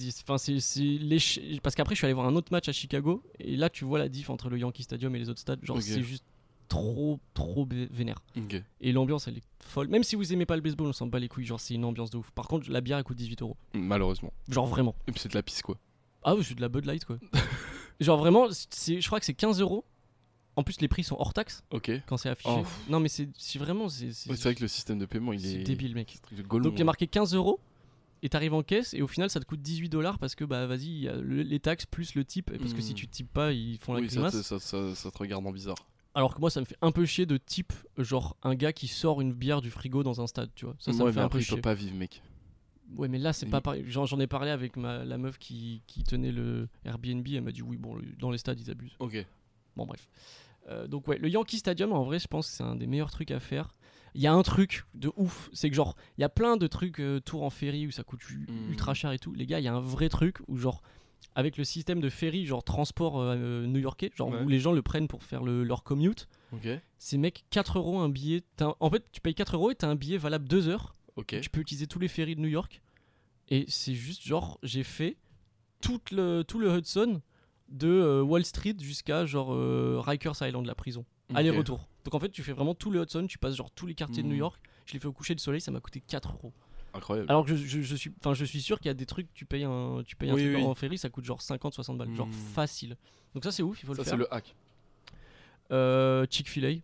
parce qu'après, je suis allé voir un autre match à Chicago. Et là, tu vois la diff entre le Yankee Stadium et les autres stades. Genre, Ok. c'est juste trop vénère. Ok. Et l'ambiance, elle est folle. Même si vous aimez pas le baseball, on s'en bat les couilles. Genre, c'est une ambiance de ouf. Par contre, la bière, elle coûte 18€. Malheureusement. Genre, vraiment. Et puis c'est de la pisse, quoi. Ah oui, c'est de la Bud Light, quoi. Genre, vraiment, je crois que c'est 15€. En plus, les prix sont hors taxe Ok. quand c'est affiché. Oh. Non, mais c'est vraiment. Ouais, c'est vrai que le système de paiement, il c'est est débile, mec. c'est un truc de Gollum, Donc, il y a hein. marqué 15€ et t'arrives en caisse et au final, ça te coûte 18$ parce que, bah, vas-y, il y a les taxes plus le type. Parce que si tu types pas, ils font la Oui, grimace. ça te regarde en bizarre. Alors que moi, ça me fait un peu chier de type, genre, un gars qui sort une bière du frigo dans un stade, tu vois. Ça Ouais, me mais fait un après, peu il peut chier. pas vivre, mec. Ouais, mais là, c'est pas pareil. J'en ai parlé avec la meuf qui tenait le Airbnb. Elle m'a dit, oui, bon, dans les stades, ils abusent. Ok. Bon, bref. Donc, ouais, le Yankee Stadium, en vrai, je pense que c'est un des meilleurs trucs à faire. Il y a un truc de ouf, c'est que, genre, il y a plein de trucs tour en ferry où ça coûte ultra cher et tout. Les gars, il y a un vrai truc où, genre, avec le système de ferry, genre transport new-yorkais, genre Ouais. où les gens le prennent pour faire leur commute, Ok. c'est mec, 4€ un billet. En fait, tu payes 4€ et t'as un billet valable 2 heures. Ok. Tu peux utiliser tous les ferries de New York. Et c'est juste genre, j'ai fait tout le Hudson de Wall Street jusqu'à genre Rikers Island, la prison. Ok. Aller-retour. Donc en fait, tu fais vraiment tout le Hudson, tu passes genre tous les quartiers de New York. Je l'ai fait au coucher du soleil, ça m'a coûté 4€. Incroyable. Alors que je suis sûr qu'il y a des trucs, tu payes un truc en ferry, ça coûte genre 50-60 balles. Genre facile. Donc ça, c'est ouf, il faut Ça, le c'est faire. le hack. Chick-fil-A.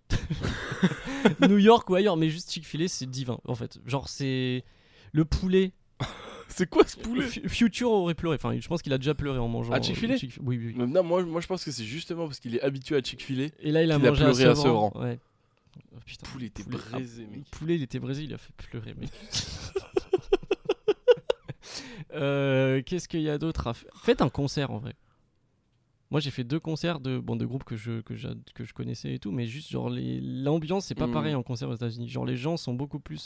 New York ou ailleurs, mais juste Chick-fil-A, c'est divin en fait. Genre, c'est le poulet. C'est quoi ce poulet? Future aurait pleuré. Enfin, je pense qu'il a déjà pleuré en mangeant. À Chick-fil-A? Oui. Non, moi je pense que c'est justement parce qu'il est habitué à Chick-fil-A. Et là, il a qu'il a mangé pleuré à Sevran. Ouais. Oh, putain, Poulet était braisé, mec. Poulet, il était braisé, il a fait pleurer, mec. Qu'est-ce qu'il y a d'autre à faire? Faites un concert en vrai. Moi j'ai fait 2 concerts de groupes que je connaissais et tout, mais juste genre l'ambiance c'est pas pareil en concert aux États-Unis. Genre les gens sont beaucoup plus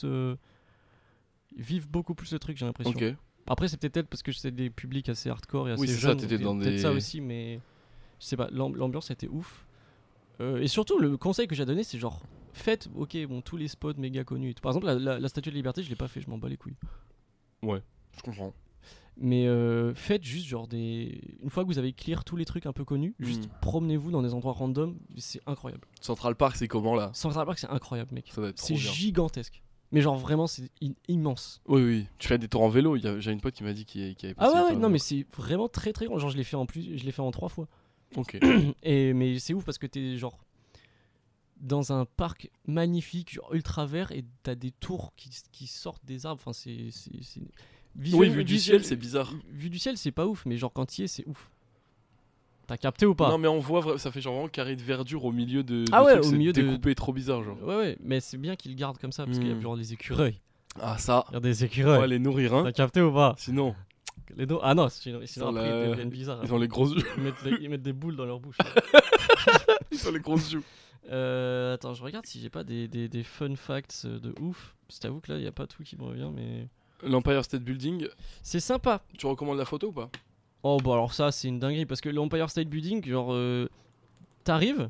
vivent beaucoup plus le truc, j'ai l'impression. Ok. Après c'est peut-être parce que c'est des publics assez hardcore et assez Oui, c'est jeunes. ça, t'étais dans peut-être des. ça aussi, mais je sais pas. L'ambiance était ouf. Et surtout le conseil que j'ai donné c'est genre faites tous les spots méga connus. Et tout. Par exemple la Statue de Liberté je l'ai pas fait, je m'en bats les couilles. Ouais, je comprends. Mais faites juste genre une fois que vous avez clear tous les trucs un peu connus, juste promenez-vous dans des endroits random, c'est incroyable. Central Park, c'est comment là? Central Park c'est incroyable mec. Ça doit être trop C'est bien. gigantesque. Mais genre vraiment c'est immense. Oui. Tu fais des tours en vélo. J'ai une pote qui m'a dit qu'il avait passé. Ah ouais non mais c'est vraiment très très grand. Genre je l'ai fait en 3 fois. Ok. Mais c'est ouf parce que t'es genre dans un parc magnifique, genre ultra vert, et t'as des tours qui sortent des arbres. Enfin c'est Oui, vu du ciel, c'est bizarre. Vu du ciel, c'est pas ouf, mais genre quand tu y es, c'est ouf. T'as capté ou pas? Non, mais on voit, ça fait genre vraiment carré de verdure au milieu de. Ah ouais, trucs, au milieu de. Découpé trop bizarre, genre. Ouais, mais c'est bien qu'ils le gardent comme ça parce qu'il y a genre les écureuils. Ah, ça. Il y a des écureuils. On va les nourrir, hein. T'as capté ou pas? Sinon, Ah non, sinon après la- ils deviennent bizarres. ils ont les grosses joues. Ils mettent des boules dans leur bouche. Ils ont les grosses joues. Attends, je regarde si j'ai pas des fun facts de ouf. Je t'avoue que là, il y a pas tout qui me revient, mais. L'Empire State Building, C'est sympa. tu recommandes la photo ou pas? Oh bah alors ça c'est une dinguerie parce que l'Empire State Building genre t'arrives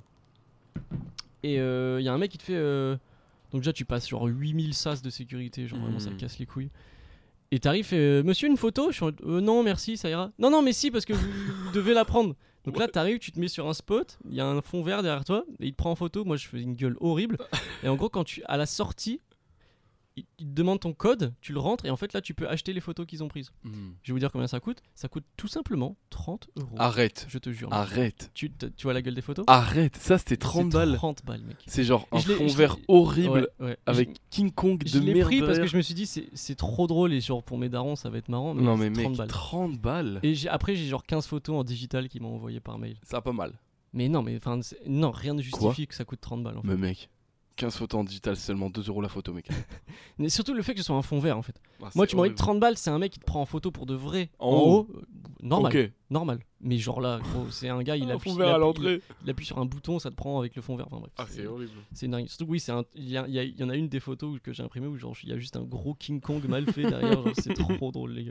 et il y a un mec qui te fait donc déjà tu passes genre 8000 sas de sécurité, genre vraiment ça casse les couilles. Et t'arrives et monsieur une photo? Je suis en mode, non merci ça ira. Non mais si parce que vous devez la prendre. Donc là t'arrives, tu te mets sur un spot, il y a un fond vert derrière toi et il te prend en photo. Moi je fais une gueule horrible et en gros quand à la sortie il te demande ton code, tu le rentres et en fait là tu peux acheter les photos qu'ils ont prises. Je vais vous dire combien ça coûte. Ça coûte tout simplement 30 €. Arrête. Je te jure. Arrête. Tu vois la gueule des photos? Arrête. Ça c'était 30 balles. 30 balles mec. C'est genre un Je l'ai- fond je vert l'ai- horrible Ouais. avec King Kong Je de l'ai merde pris parce que derrière. je me suis dit c'est trop drôle et genre pour mes darons ça va être marrant. Mais Non mais c'est 30 mec, balles. 30 balles. Et après j'ai genre 15 photos en digital qui m'ont envoyé par mail. Ça pas mal. Mais non non rien ne justifie que ça coûte 30 balles en fait. Mais mec, 15 photos en digital, c'est seulement 2 € la photo, mec. Mais surtout le fait que ce soit un fond vert en fait. Ah, Moi c'est tu m'aurais dit horrible. 30 balles, c'est un mec qui te prend en photo pour de vrai. En haut. Normal. Ok. Normal. Mais genre là, gros, c'est un gars, il Un appuie, fond vert à l'entrée. il appuie sur un bouton, ça te prend avec le fond vert. Enfin bref. Ah, c'est horrible. C'est une dingue. Surtout que oui, il y en a une des photos que j'ai imprimées où genre il y a juste un gros King Kong mal fait derrière. Genre, c'est trop drôle les gars.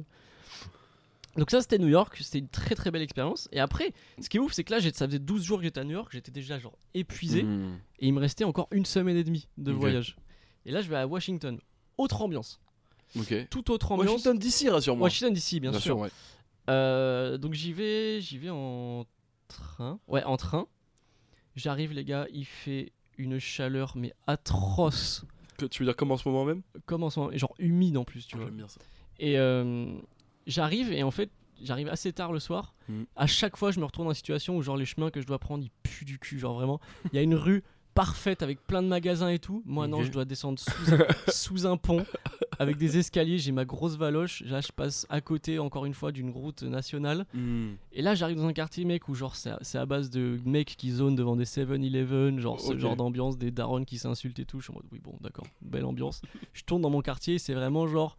Donc ça c'était New York, c'était une très très belle expérience. Et après, ce qui est ouf, c'est que là ça faisait 12 jours que j'étais à New York, j'étais déjà genre épuisé et il me restait encore 1 semaine et demie de Ok. voyage. Et là je vais à Washington, autre ambiance, Ok. toute autre ambiance. Washington DC, rassure-moi. Washington DC bien sûr. ouais. Donc j'y vais en train. Ouais, en train. J'arrive les gars, il fait une chaleur mais atroce. Tu veux dire comme en ce moment même? Comme en ce moment, genre humide en plus, tu vois. J'aime bien ça. Et j'arrive et en fait, j'arrive assez tard le soir. À chaque fois, je me retrouve dans une situation où genre les chemins que je dois prendre, ils puent du cul, genre vraiment. Il y a une rue parfaite avec plein de magasins et tout. Moi non, Ok. je dois descendre sous un pont avec des escaliers, j'ai ma grosse valoche. Là, je passe à côté encore une fois d'une route nationale. Et là, j'arrive dans un quartier mec où genre c'est à base de mecs qui zonent devant des 7-Eleven, genre ce Ok. genre d'ambiance, des darons qui s'insultent et tout. Je suis en mode oui bon d'accord, belle ambiance. Je tourne dans mon quartier, c'est vraiment genre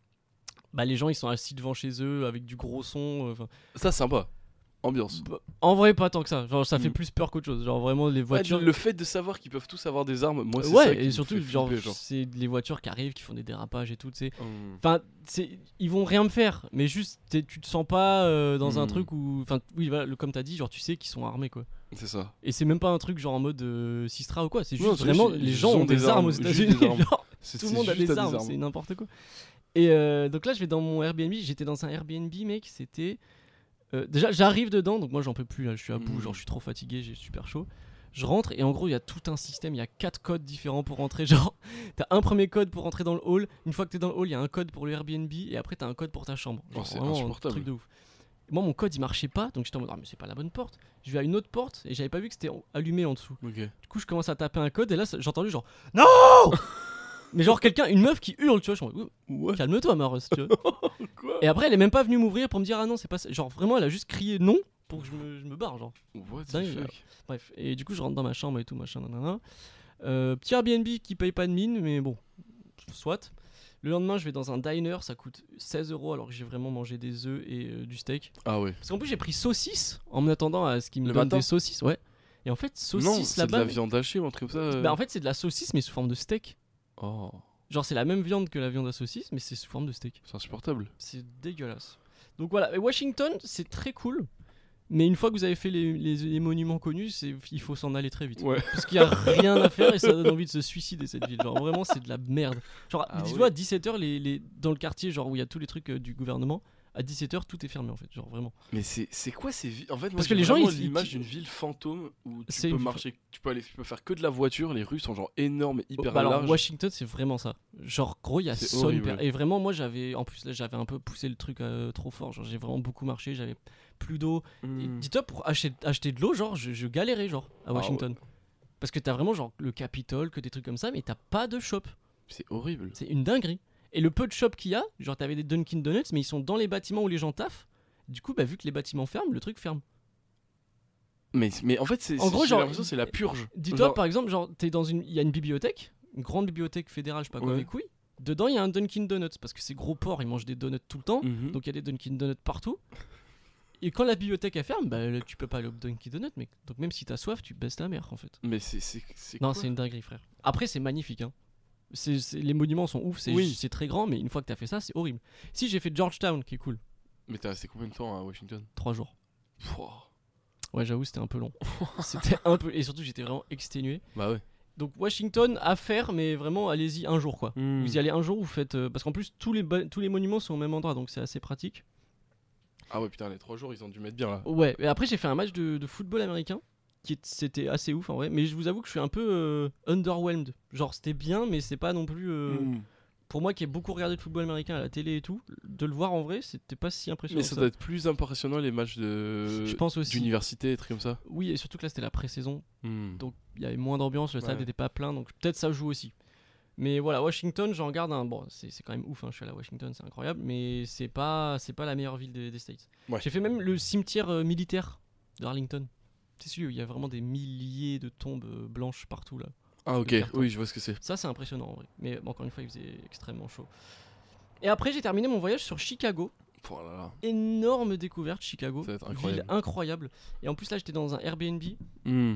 bah les gens ils sont assis devant chez eux avec du gros son. Ça, sympa. Ambiance. En vrai pas tant que ça. Genre ça fait Mm. plus peur qu'autre chose. Genre vraiment les voitures. Ouais, le fait de savoir qu'ils peuvent tous avoir des armes, moi c'est ça Ouais qui et me surtout fait genre flipper, c'est les voitures qui arrivent qui font des dérapages et tout tu sais. Enfin, ils vont rien me faire, mais juste tu te sens pas dans un truc où, enfin, oui, voilà, comme t'as dit, genre tu sais qu'ils sont armés quoi. C'est ça. Et c'est même pas un truc genre en mode Sistra ou quoi, c'est juste Non, c'est vraiment juste, les ils gens ont des armes aux juste États-Unis. des armes. Genre, C'est tout le monde a juste des armes, c'est n'importe quoi. Et donc là, je vais dans mon Airbnb, j'étais dans un Airbnb, mec, c'était. Déjà, j'arrive dedans, donc moi j'en peux plus là, je suis à bout, genre je suis trop fatigué, j'ai super chaud. Je rentre et en gros il y a tout un système, il y a 4 codes différents pour rentrer. Genre t'as un premier code pour rentrer dans le hall, une fois que t'es dans le hall il y a un code pour le Airbnb et après t'as un code pour ta chambre. Genre, c'est vraiment insupportable. un truc de ouf. Moi mon code il marchait pas donc j'étais en mode ah mais c'est pas la bonne porte. Je vais à une autre porte et j'avais pas vu que c'était allumé en dessous. Ok. Du coup je commence à taper un code et là j'ai entendu genre NON mais genre une meuf qui hurle tu vois, je suis en mode, Ouais. calme-toi Maros tu vois. Quoi? Et après elle est même pas venue m'ouvrir pour me dire ah non c'est pas ça. Genre vraiment elle a juste crié non pour que je me barre genre. What the Dingue, fuck? Bref, et du coup je rentre dans ma chambre et tout machin nanana. Petit Airbnb qui paye pas de mine, mais bon, soit. Le lendemain, je vais dans un diner, ça coûte 16€ alors que j'ai vraiment mangé des œufs et du steak. Ah ouais. Parce qu'en plus, j'ai pris saucisse en m'attendant à ce qu'ils me Le donnent matin des saucisses. Ouais. Et en fait, Non, saucisse c'est de là-bas. la viande hachée ou un truc comme ça. Bah, en fait, c'est de la saucisse, mais sous forme de steak. Oh, Genre, c'est la même viande que la viande à saucisse, mais c'est sous forme de steak. c'est insupportable. C'est dégueulasse. Donc voilà, et Washington, c'est très cool. Mais une fois que vous avez fait les monuments connus, il faut s'en aller très vite. Ouais. Parce qu'il n'y a rien à faire et ça donne envie de se suicider cette ville. Genre vraiment, c'est de la merde. Genre, dis-toi, à 17h, dans le quartier genre, où il y a tous les trucs du gouvernement, à 17h, tout est fermé en fait. Genre vraiment. Mais c'est quoi ces villes? En fait, moi, Parce que j'ai les gens, vraiment ils- l'image ils- d'une ville fantôme où tu C'est peux une- marcher, tu peux faire que de la voiture, les rues sont genre énormes et hyper Bah alors, larges. Washington, c'est vraiment ça. Genre, gros, il y a C'est son horrible. hyper. Et vraiment, moi, en plus, là, j'avais un peu poussé le truc trop fort. Genre, j'ai vraiment beaucoup marché, j'avais plus d'eau. Et Hmm. dis-toi, pour acheter de l'eau, genre, je galérais, genre, à Washington. Parce que t'as vraiment, genre, le Capitole, que des trucs comme ça, mais t'as pas de shop. C'est horrible. C'est une dinguerie. Et le peu de shop qu'il y a, genre, t'avais des Dunkin' Donuts, mais ils sont dans les bâtiments où les gens taffent. Du coup, bah, vu que les bâtiments ferment, le truc ferme. Mais en fait, En gros, j'ai genre, l'impression que c'est la purge. Dis-toi, Genre- par exemple, genre, il y a une bibliothèque, une grande bibliothèque fédérale, je sais pas quoi, Ouais. mes couilles. Dedans, il y a un Dunkin' Donuts, parce que ces gros porcs, ils mangent des donuts tout le temps. Mhm. Donc il y a des Dunkin' Donuts partout. Et quand la bibliothèque elle ferme, bah là, tu peux pas aller au Dunkin' Donuts, mec. Donc même si t'as soif, tu baisses ta mère en fait. Mais c'est Non, quoi c'est une dinguerie, frère. Après, c'est magnifique, hein. Les monuments sont ouf, Oui. c'est très grand, mais une fois que t'as fait ça, c'est horrible. Si j'ai fait Georgetown, qui est cool, Mais t'as resté combien de temps à Washington? 3 jours. Pouah. Ouais, j'avoue, c'était un peu long. C'était un peu. Et surtout, j'étais vraiment exténué. Bah ouais. Donc Washington à faire, mais vraiment, allez-y un jour quoi. Hmm. Vous y allez un jour, vous faites. Parce qu'en plus, tous les monuments sont au même endroit, donc c'est assez pratique. Ah ouais, putain, les 3 jours, ils ont dû mettre bien là. Ouais, et après j'ai fait un match de football américain c'était assez ouf en vrai, mais je vous avoue que je suis un peu underwhelmed. Genre c'était bien, mais c'est pas non plus Hmm. pour moi qui ai beaucoup regardé le football américain à la télé et tout, de le voir en vrai, c'était pas si impressionnant. Mais que ça ça. doit être plus impressionnant les matchs Je pense aussi. d'université et trucs comme ça. Oui, et surtout que là c'était la pré-saison, Hmm. donc il y avait moins d'ambiance, le stade Ouais. n'était pas plein, donc peut-être ça joue aussi. Mais voilà, Washington, j'en garde un. Bon, c'est quand même ouf, hein, je suis allé à Washington, c'est incroyable, mais c'est pas la meilleure ville des States. Ouais. J'ai fait même le cimetière militaire de Arlington. C'est celui où il y a vraiment des milliers de tombes blanches partout là. Ah ok, carton. oui, je vois ce que c'est. Ça, c'est impressionnant en vrai. Mais bon, encore une fois, il faisait extrêmement chaud. Et après, j'ai terminé mon voyage sur Chicago. Oh là là. Énorme découverte, Chicago. Ça va être Ville incroyable. incroyable. Et en plus, là, j'étais dans un Airbnb. Hmm.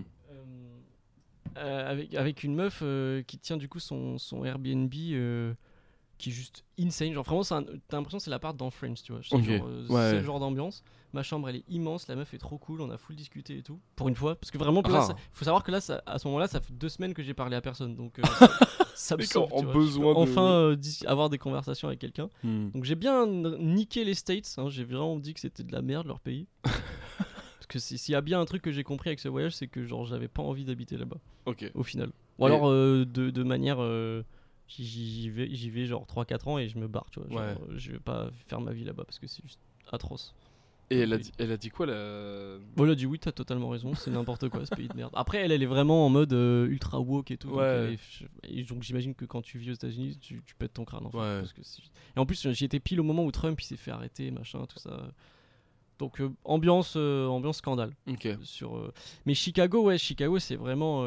Avec une meuf qui tient du coup son Airbnb qui est juste insane. Genre vraiment, t'as l'impression que c'est l'appart dans Friends, tu vois. C'est Ok. genre, Ouais. c'est le genre d'ambiance. Ma chambre, elle est immense, la meuf est trop cool, on a full discuté et tout. Pour une fois, parce que vraiment, là, Ah. faut savoir que là, à ce moment-là, ça fait 2 semaines que j'ai parlé à personne. Donc ça me Mec, sauve, en tu vois. besoin Je peux de- enfin avoir des conversations avec quelqu'un. Hmm. Donc j'ai bien niqué les States, hein. J'ai vraiment dit que c'était de la merde leur pays. Parce que s'il y a bien un truc que j'ai compris avec ce voyage, c'est que genre j'avais pas envie d'habiter là-bas Ok. au final. Ou alors de manière j'y vais genre 3-4 ans et je me barre, tu vois. Genre, Ouais. je vais pas faire ma vie là-bas parce que c'est juste atroce. Et Oui. elle a dit quoi là? Bon, elle a dit oui, t'as totalement raison, c'est n'importe quoi ce pays de merde. Après, elle est vraiment en mode ultra woke et tout. Donc, Ouais. et donc j'imagine que quand tu vis aux États-Unis, tu pètes ton crâne en fait. Ouais. Parce que et en plus, j'y étais pile au moment où Trump il s'est fait arrêter, machin, tout ça. Donc ambiance scandale. Ok. Mais Chicago, ouais, Chicago, c'est vraiment.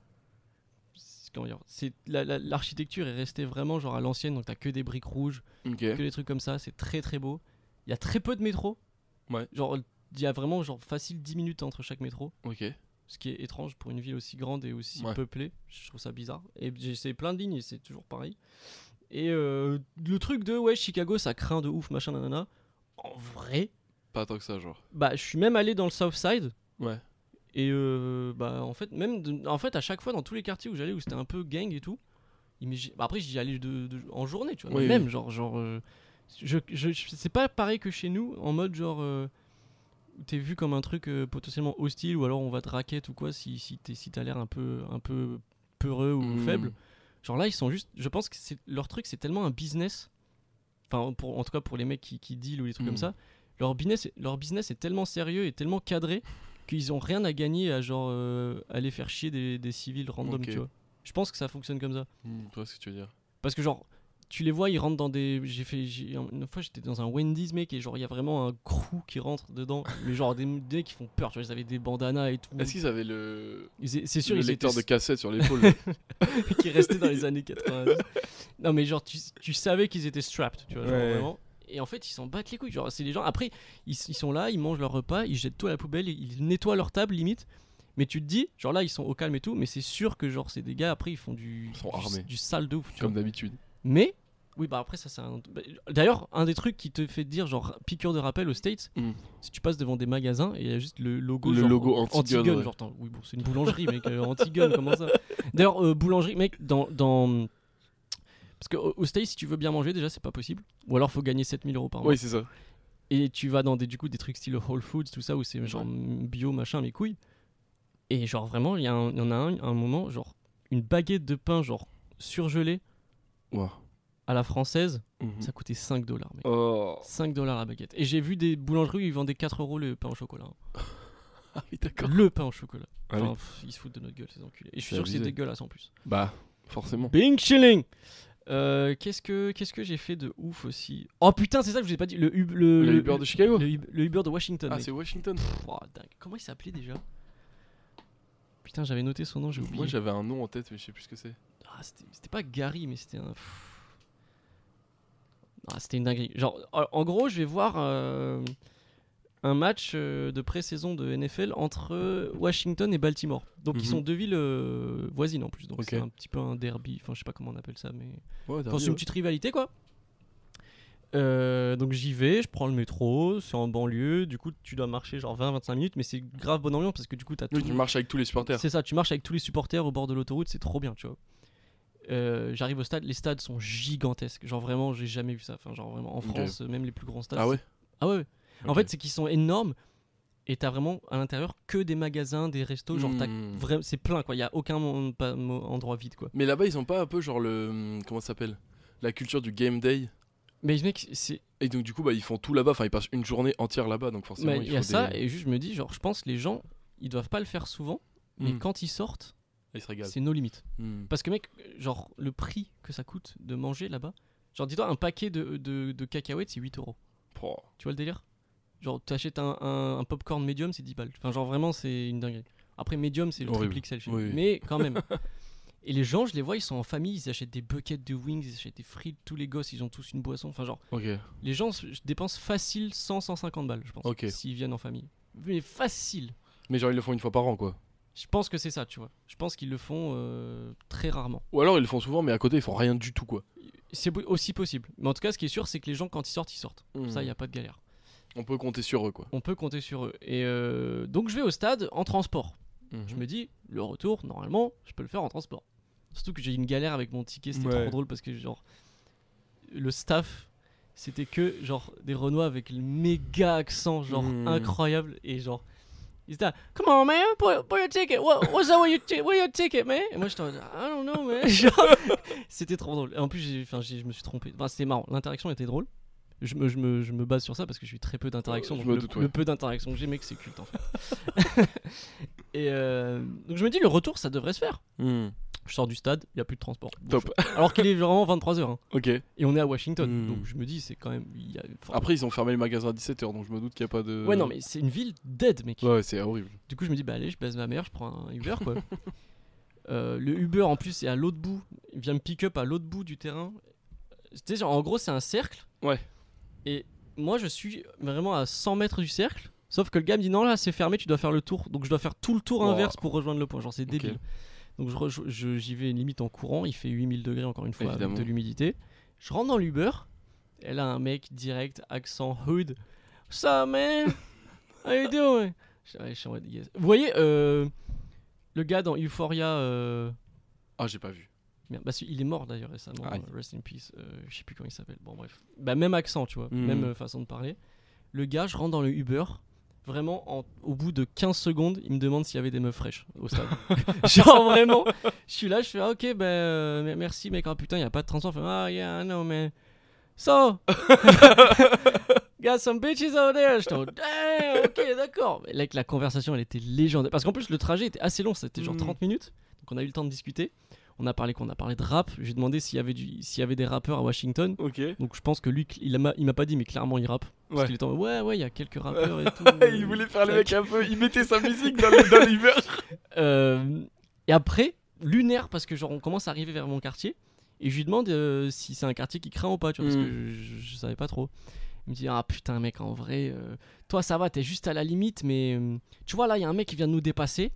Comment dire, l'architecture est restée vraiment genre à l'ancienne, donc t'as que des briques rouges, Ok. que des trucs comme ça, c'est très très beau. Il y a très peu de métro. Ouais. Genre, il y a vraiment genre facile 10 minutes entre chaque métro, Ok. ce qui est étrange pour une ville aussi grande et aussi Ouais. peuplée. Je trouve ça bizarre. Et j'ai essayé plein de lignes et c'est toujours pareil. Et le truc de ouais, Chicago, ça craint de ouf, machin, nanana. En vrai, Pas tant que ça, genre. bah, je suis même allé dans le South Side. Ouais. Et bah en fait à chaque fois dans tous les quartiers où j'allais où c'était un peu gang et tout, après j'y allais en journée, tu vois. Oui, Mais même oui. genre c'est pas pareil que chez nous en mode genre où t'es vu comme un truc potentiellement hostile ou alors on va te racket ou quoi si t'as l'air un peu peureux ou Hmm. faible. Genre là ils sont juste, je pense que leur truc c'est tellement un business, enfin en tout cas pour les mecs qui deal ou les trucs Hmm. comme ça, leur business est tellement sérieux et tellement cadré qu'ils ont rien à gagner à genre aller faire chier des civils random, Ok. tu vois. Je pense que ça fonctionne comme ça. Je vois ce que tu veux dire. Parce que genre tu les vois, ils rentrent dans des. Une fois, j'étais dans un Wendy's, mec, et genre, il y a vraiment un crew qui rentre dedans. Mais genre, des mecs qui font peur, tu vois, ils avaient des bandanas et tout. Est-ce qu'ils avaient le. C'est sûr, le ils lecteur étaient. de cassette sur l'épaule? qui restait dans les années 90. Non, mais genre, tu savais qu'ils étaient strapped, tu vois, genre Ouais. vraiment. Et en fait, ils s'en battent les couilles. Genre, c'est les gens. Après, ils sont là, ils mangent leur repas, ils jettent tout à la poubelle, ils nettoient leur table, limite. Mais tu te dis, genre là, ils sont au calme et tout, mais c'est sûr que, genre, c'est des gars, après, ils font Ils sont armés. du sale de ouf, tu Comme vois. d'habitude. Mais, oui, bah après, ça, c'est un. D'ailleurs, un des trucs qui te fait dire, genre, piqûre de rappel aux States, si tu passes devant des magasins et il y a juste le logo, Le genre, logo anti-gun, ouais. genre, oui, bon, c'est une boulangerie, mec, anti-gun, comment ça? D'ailleurs, boulangerie, mec, dans. Parce qu'aux States, si tu veux bien manger, déjà, c'est pas possible. Ou alors, faut gagner 7000 € par mois. Oui, c'est ça. Et tu vas dans des trucs style Whole Foods, tout ça, où c'est genre bio, machin, mes couilles. Et genre, vraiment, il y en a un moment, genre, une baguette de pain, genre, surgelée, Wow. à la française, Mhm. ça coûtait 5 $, mec. Oh. 5 $ la baguette. Et j'ai vu des boulangeries où ils vendaient 4 € le pain au chocolat. Hein. Ah oui, d'accord. Le pain au chocolat. Ah Enfin, oui. ils se foutent de notre gueule, ces enculés. Et je suis C'est sûr que c'est abusé. dégueulasse en plus. Bah, forcément. Bing shilling. Qu'est-ce que j'ai fait de ouf aussi? Oh putain, c'est ça que je vous ai pas dit. Le Uber de Chicago. le Uber de Washington. Ah, mec. c'est Washington. Oh, dingue. Comment il s'appelait déjà? Putain, j'avais noté son nom, j'ai oublié. Moi, j'avais un nom en tête, mais je sais plus ce que c'est. Ah, c'était pas Gary, mais c'était un. Ah, c'était une dinguerie. Genre, en gros, je vais voir un match de pré-saison de NFL entre Washington et Baltimore. Donc, ils Mhm. sont deux villes voisines en plus. Donc, Ok. c'est un petit peu un derby. Enfin, je sais pas comment on appelle ça, mais. Ouais, Enfin, c'est une petite rivalité, quoi. Donc j'y vais, je prends le métro, c'est en banlieue, du coup tu dois marcher genre 20-25 minutes, mais c'est grave bonne ambiance parce que du coup t'as Oui, tout. tu marches avec tous les supporters. C'est ça, tu marches avec tous les supporters au bord de l'autoroute, c'est trop bien, tu vois. J'arrive au stade, les stades sont gigantesques, genre vraiment j'ai jamais vu ça, enfin genre vraiment en Ok. France, même les plus grands stades. Ah ouais? Ah ouais, ouais. En Ok. fait c'est qu'ils sont énormes et t'as vraiment à l'intérieur que des magasins, des restos, genre c'est plein quoi, y a aucun endroit vide quoi. Mais là-bas, ils ont pas un peu genre le. Comment ça s'appelle? La culture du game day. Mais mec, c'est. Et donc, du coup, bah, ils font tout là-bas. Enfin, ils passent une journée entière là-bas. Donc, forcément, Il il y a faut ça, des. et juste je me dis, genre, je pense que les gens, ils doivent pas le faire souvent, mais Mm. quand ils sortent, Ils se régalent. c'est nos limites. Mm. Parce que, mec, genre, le prix que ça coûte de manger là-bas, genre, dis-toi, un paquet de cacahuètes, c'est 8 €. Oh. Tu vois le délire? Genre, t'achètes un popcorn médium, c'est 10 balles. Enfin, genre, vraiment, c'est une dinguerie. Après, médium, c'est le Horrible. triple XL chez Oui, nous. oui. Mais quand même. Et les gens, je les vois, ils sont en famille, ils achètent des buckets de wings, ils achètent des frites, tous les gosses, ils ont tous une boisson. Enfin, genre, Ok. les gens dépensent facile 100-150 balles, je pense, Ok. s'ils viennent en famille. Mais facile. Mais genre, ils le font une fois par an, quoi. Je pense que c'est ça, tu vois. Je pense qu'ils le font très rarement. Ou alors, ils le font souvent, mais à côté, ils font rien du tout, quoi. C'est aussi possible. Mais en tout cas, ce qui est sûr, c'est que les gens, quand ils sortent, ils sortent. Mm. Ça, il n'y a pas de galère. On peut compter sur eux, quoi. On peut compter sur eux. Et donc, je vais au stade en transport. Je Mhm. me dis, le retour, normalement, je peux le faire en transport. Surtout que j'ai eu une galère avec mon ticket, c'était Ouais. trop drôle parce que, genre, le staff, c'était que, genre, des Renois avec le méga accent, genre, incroyable. Et, genre, ils étaient là, come on, man, put your ticket. What's up with your ticket, man? Et moi, j'étais en mode, I don't know, man. Genre, c'était trop drôle. Et en plus, je me suis trompé. Enfin, c'était marrant. L'interaction était drôle. Je me base sur ça parce que je suis très peu d'interaction. Je donc me doute, ouais. le peu d'interaction que j'ai, mec, c'est culte en fait. Et donc je me dis, le retour, ça devrait se faire. Mm. Je sors du stade, il n'y a plus de transport. Top. Alors qu'il est vraiment 23h. Hein. Ok. Et on est à Washington. Mm. Donc je me dis, c'est quand même. Après, ils ont fermé le magasin à 17h, donc je me doute qu'il n'y a pas de. Ouais, non, mais c'est une ville dead, mec. Ouais, c'est horrible. Du coup, je me dis, bah allez, je baise ma mère, je prends un Uber, quoi. Le Uber, en plus, est à l'autre bout. Il vient me pick-up à l'autre bout du terrain. Tu sais, genre, en gros, c'est un cercle. Ouais. Et moi, je suis vraiment à 100 mètres du cercle. Sauf que le gars me dit, non, là, c'est fermé, tu dois faire le tour. Donc, je dois faire tout le tour Wow. inverse pour rejoindre le point. Genre, c'est Ok. débile. Donc, j'y vais limite en courant. Il fait 8000 degrés, encore une fois, Évidemment. avec de l'humidité. Je rentre dans l'Uber. Et là, un mec direct, accent hood. What's up, man? How you doing? Je suis en mode, yes. Vous voyez, le gars dans Euphoria. Ah, j'ai pas vu. Merde, bah, il est mort d'ailleurs récemment. Aïe. Rest in peace. Je sais plus comment il s'appelle. Bon, bref. Bah, même accent, tu vois. Même façon de parler. Le gars, je rentre dans le Uber. Vraiment, au bout de 15 secondes, il me demande s'il y avait des meufs fraîches au stade. Genre vraiment, je suis là, je fais ah, ok, merci mec. Oh putain, il n'y a pas de transport. Je fais, ah yeah, I know man. So, got some bitches over there. Je dis, damn, ok, d'accord. Mais là, la conversation, elle était légendaire. Parce qu'en plus, le trajet était assez long, c'était genre 30 minutes. Donc on a eu le temps de discuter. On a parlé de rap. Je lui ai demandé s'il y avait des rappeurs à Washington. Ok. Donc je pense que lui, il m'a pas dit, mais clairement il rappe. Parce qu'il était en mode, ouais, il y a quelques rappeurs et tout. Il voulait faire le mec un peu. Il mettait sa musique dans l'hiver. Et après, lunaire, parce que genre on commence à arriver vers mon quartier. Et je lui demande si c'est un quartier qui craint ou pas, tu vois, parce que je savais pas trop. Il me dit, ah putain, mec, en vrai, toi ça va, t'es juste à la limite, mais tu vois, là, il y a un mec qui vient de nous dépasser.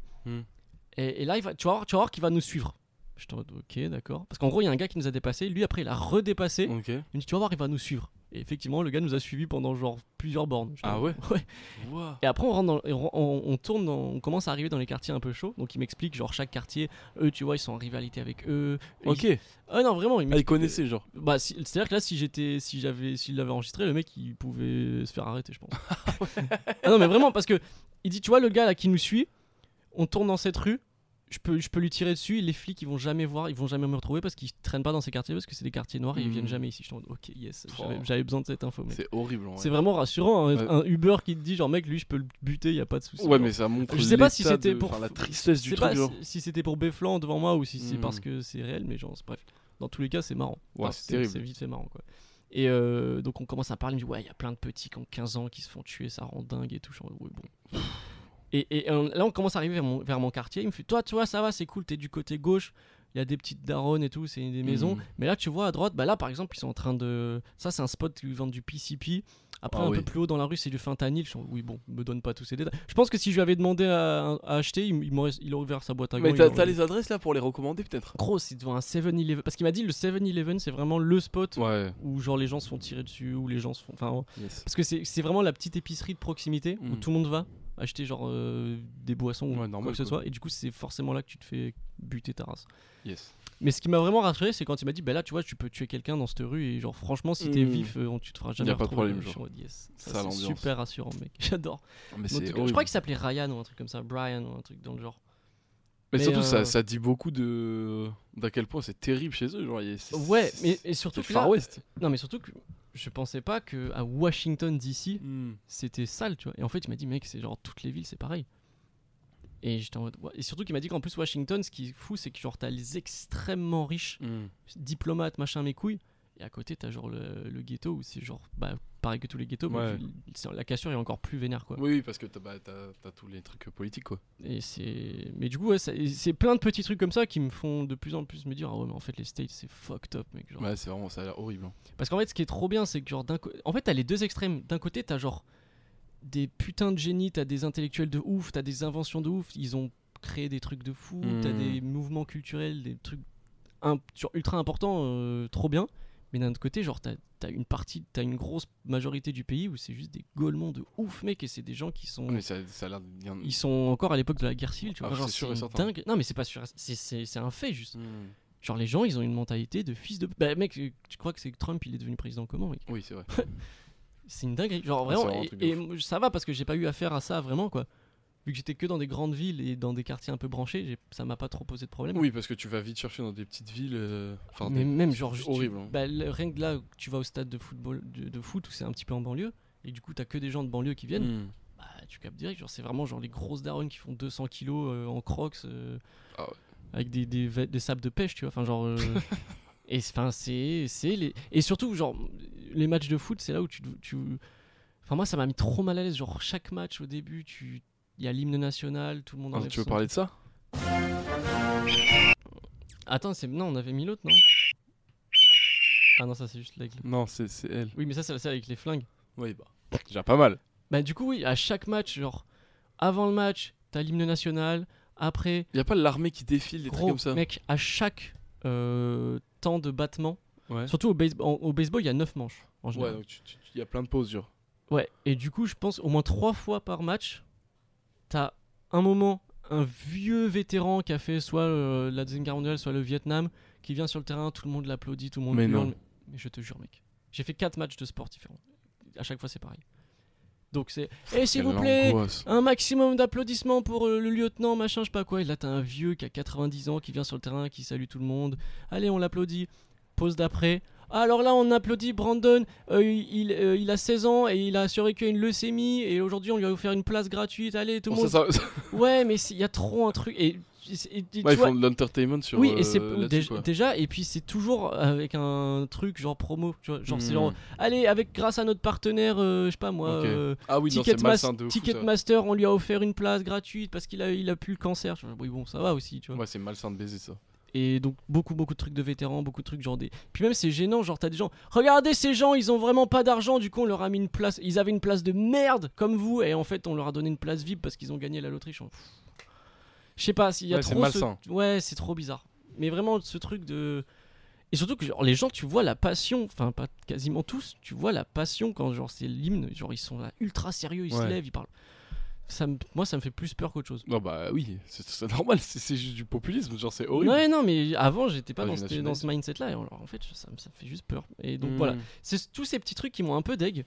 Et là, tu vas voir qu'il va nous suivre. Je te dis, ok, d'accord. Parce qu'en gros, il y a un gars qui nous a dépassé. Lui, après, il a redépassé. Okay. Il me dit, tu vas voir, il va nous suivre. Et effectivement, le gars nous a suivis pendant genre plusieurs bornes. Ah ouais. Wow. Et après, on tourne, on commence à arriver dans les quartiers un peu chauds. Donc, il m'explique, genre, chaque quartier, eux, tu vois, ils sont en rivalité avec eux. Ok. Ah non, vraiment. Il connaissait, genre. Bah, c'est-à-dire que là, s'il l'avait enregistré, le mec, il pouvait se faire arrêter, je pense. Ah non, mais vraiment, parce que il dit, tu vois, le gars là qui nous suit, on tourne dans cette rue. Je peux lui tirer dessus, les flics ils vont jamais me retrouver parce qu'ils traînent pas dans ces quartiers parce que c'est des quartiers noirs et ils viennent jamais ici. Je suis en mode, ok, yes, j'avais besoin de cette info. Mec. C'est horrible. C'est vraiment rassurant. Un Uber qui te dit genre mec, lui je peux le buter, y a pas de souci. Ouais, mais ça montre. Je sais pas si c'était pour la tristesse du truc. Si c'était pour Béflan devant moi ou si c'est parce que c'est réel, mais genre bref. Dans tous les cas, c'est marrant. Ouais, c'est terrible. C'est vite fait marrant quoi. Et donc on commence à parler, il me dit ouais, il y a plein de petits qui ont 15 ans qui se font tuer, ça rend dingue et tout. Je suis en mode, ouais, bon. Et là on commence à arriver vers mon quartier. Il me fait toi tu vois ça va c'est cool, t'es du côté gauche, il y a des petites daronnes et tout, c'est des maisons. Mais là tu vois à droite, bah là par exemple ils sont en train de, ça c'est un spot où ils vendent du PCP. Après peu plus haut dans la rue c'est du fentanyl. Oui bon, me donne pas tous ces détails. Je pense que si je lui avais demandé à acheter, il aurait ouvert sa boîte à gants. Mais t'as les adresses là pour les recommander peut-être. Gros c'est devant un 7-Eleven, parce qu'il m'a dit le 7-Eleven c'est vraiment le spot où genre les gens se font tirer dessus, où les gens se font, enfin parce que c'est vraiment la petite épicerie de proximité où tout le monde va acheter genre des boissons ou quoi que ce soit, et du coup c'est forcément là que tu te fais buter ta race. Mais ce qui m'a vraiment rassuré, c'est quand il m'a dit bah là tu vois tu peux tuer quelqu'un dans cette rue et genre franchement si t'es vif tu te feras jamais retrouver. Y a pas de problème, genre. Ça c'est super rassurant mec, j'adore. Je crois qu'il s'appelait Ryan ou un truc comme ça, Brian ou un truc dans le genre. Mais surtout ça dit beaucoup d'à quel point c'est terrible chez eux, genre ouais, mais surtout que Far West. Non mais surtout que je pensais pas que à Washington DC c'était sale, tu vois. Et en fait il m'a dit mec c'est genre toutes les villes c'est pareil. Et j'étais en mode et surtout qu'il m'a dit qu'en plus Washington ce qui est fou c'est que genre t'as les extrêmement riches diplomates machin mes couilles, et à côté t'as genre le ghetto où c'est genre bah pareil que tous les ghettos, mais la cassure est encore plus vénère quoi. Oui parce que t'as tous les trucs politiques quoi. Mais du coup ouais, c'est plein de petits trucs comme ça qui me font de plus en plus me dire ah ouais mais en fait les States c'est fucked up mec genre. Ouais c'est vraiment, ça a l'air horrible hein. Parce qu'en fait ce qui est trop bien c'est que genre en fait t'as les deux extrêmes. D'un côté t'as genre des putains de génies, t'as des intellectuels de ouf, t'as des inventions de ouf, ils ont créé des trucs de fou, t'as des mouvements culturels, des trucs ultra importants, trop bien. Mais d'un autre côté genre t'as une grosse majorité du pays où c'est juste des gaulements de ouf mec, et c'est des gens qui sont mais ça a l'air bien... ils sont encore à l'époque de la guerre civile, tu vois, genre c'est sûr et certain. Dingue. Non mais c'est pas sûr, c'est un fait juste. Genre les gens ils ont une mentalité de fils de bah mec, tu crois que c'est Trump il est devenu président comment mec? Oui c'est vrai. C'est une dinguerie genre vraiment, et ça va parce que j'ai pas eu affaire à ça vraiment quoi. Vu que j'étais que dans des grandes villes et dans des quartiers un peu branchés, ça m'a pas trop posé de problème. Oui, parce que tu vas vite chercher dans des petites villes. Mais même genre juste horrible. Rien que là, tu vas au stade de football de foot où c'est un petit peu en banlieue et du coup t'as que des gens de banlieue qui viennent. Bah tu captes direct, genre c'est vraiment genre les grosses daronnes qui font 200 kilos en crocs avec des sables de pêche, tu vois. Enfin genre. Et enfin c'est les et surtout genre les matchs de foot, c'est là où tu. Enfin moi ça m'a mis trop mal à l'aise. Genre chaque match au début il y a l'hymne national, tout le monde. Tu veux parler de ça? Attends, non, on avait mis l'autre, non? Ah non, ça c'est juste l'aigle. Non, c'est elle. Oui, mais ça c'est avec les flingues. Oui, bah, déjà pas mal. Bah du coup, oui, à chaque match, genre, avant le match, t'as l'hymne national, après... Y a pas l'armée qui défile, des trucs comme ça? Mec, à chaque temps de battement, surtout au baseball, il y a 9 manches, en général. Ouais, donc il y a plein de pauses, genre. Ouais, et du coup, je pense au moins 3 fois par match, t'as un moment, un vieux vétéran qui a fait soit la Deuxième Guerre mondiale, soit le Vietnam, qui vient sur le terrain, tout le monde l'applaudit, tout le monde hurle. Mais je te jure, mec. J'ai fait 4 matchs de sport différents. À chaque fois, c'est pareil. Donc c'est s'il vous plaît, un maximum d'applaudissements pour le lieutenant, machin, je sais pas quoi. Et là, t'as un vieux qui a 90 ans qui vient sur le terrain, qui salue tout le monde. Allez, on l'applaudit. Pause d'après. alors là on applaudit Brandon, il a 16 ans et il a survécu à une leucémie et aujourd'hui on lui a offert une place gratuite, allez tout le monde. Ouais, mais il y a trop un truc et ils font de l'entertainment sur oui, et c'est déjà et puis c'est toujours avec un truc genre promo, tu vois, genre c'est genre allez grâce à notre partenaire je sais pas moi Ticketmaster, on lui a offert une place gratuite parce qu'il a plus le cancer. Oui bon, ça va aussi, tu vois. Ouais, c'est malsain de baiser ça. Et donc beaucoup de trucs de vétérans, beaucoup de trucs genre des... Puis même c'est gênant, genre t'as des gens... Regardez ces gens, ils ont vraiment pas d'argent, du coup on leur a mis une place... Ils avaient une place de merde comme vous, et en fait on leur a donné une place VIP parce qu'ils ont gagné la loterie. Je sais pas, s'il y a trop... Ouais, c'est trop bizarre. Mais vraiment ce truc de... Et surtout que genre, les gens, tu vois la passion, enfin pas quasiment tous, tu vois la passion quand genre c'est l'hymne, genre ils sont là ultra sérieux, ils se lèvent, ils parlent... Moi ça me fait plus peur qu'autre chose. Non bah oui, c'est normal, c'est juste du populisme, genre c'est horrible. Ouais non mais avant j'étais pas dans ce mindset là, et alors, en fait ça me fait juste peur. Et donc voilà, c'est tous ces petits trucs qui m'ont un peu deg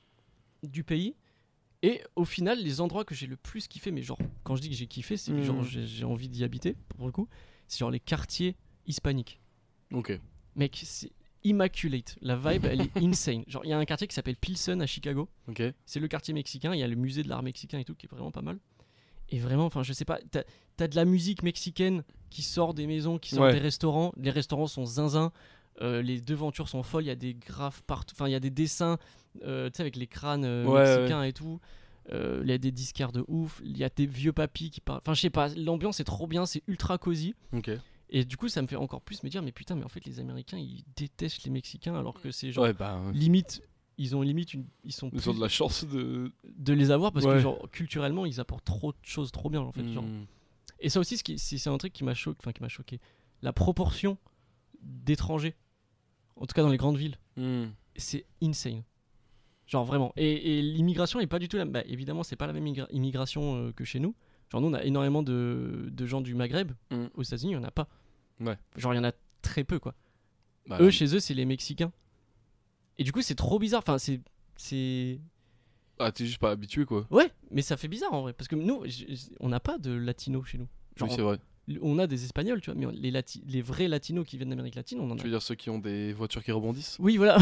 du pays. Et au final les endroits que j'ai le plus kiffé, mais genre quand je dis que j'ai kiffé c'est que genre j'ai envie d'y habiter pour le coup, c'est genre les quartiers hispaniques. Ok. Mec c'est immaculate, la vibe elle est insane. Genre il y a un quartier qui s'appelle Pilsen à Chicago. Okay. C'est le quartier mexicain, il y a le musée de l'art mexicain et tout qui est vraiment pas mal. Et vraiment, enfin je sais pas, t'as de la musique mexicaine qui sort des maisons, qui sort des restaurants. Les restaurants sont zinzin, les devantures sont folles, il y a des graphes partout, enfin il y a des dessins, tu sais avec les crânes mexicains et tout. Il y a des disquaires de ouf, il y a des vieux papis qui parlent. Enfin je sais pas, l'ambiance est trop bien, c'est ultra cosy. Ok. Et du coup, ça me fait encore plus me dire, mais putain, mais en fait, les Américains, ils détestent les Mexicains, alors que c'est genre limite, ils sont de la chance de les avoir parce que genre culturellement, ils apportent trop de choses trop bien en fait. Genre. Et ça aussi, c'est un truc qui m'a choqué. La proportion d'étrangers, en tout cas dans les grandes villes, c'est insane. Genre vraiment. Et l'immigration est pas du tout la même. Bah, évidemment, c'est pas la même immigration que chez nous. Genre nous, on a énormément de gens du Maghreb. Aux États-Unis, il y en a pas. Ouais. Genre il y en a très peu quoi. Bah, chez eux c'est les Mexicains. Et du coup c'est trop bizarre. Enfin c'est. Ah t'es juste pas habitué quoi. Ouais, mais ça fait bizarre en vrai parce que nous on n'a pas de latinos chez nous. Genre, oui c'est vrai. On a des Espagnols tu vois, mais les vrais latinos qui viennent d'Amérique latine on en a. Tu veux dire ceux qui ont des voitures qui rebondissent? Oui voilà.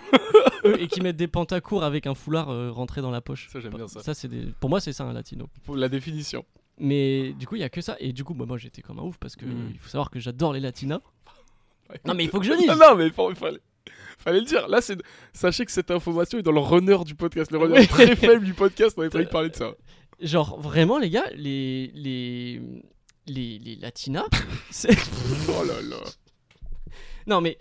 Et qui mettent des pantacours avec un foulard rentré dans la poche. Ça j'aime bien ça. Ça pour moi c'est ça un latino. Pour la définition. Mais du coup il y a que ça et du coup moi j'étais comme un ouf parce que il faut savoir que j'adore les latinas. Non mais il faut que je dise. Non mais fallait le dire. Là sachez que cette information est dans le runner du podcast, le runner très faible du podcast. On avait pas parler de ça. Genre vraiment les gars, les latinas, c'est... Oh là là. Non mais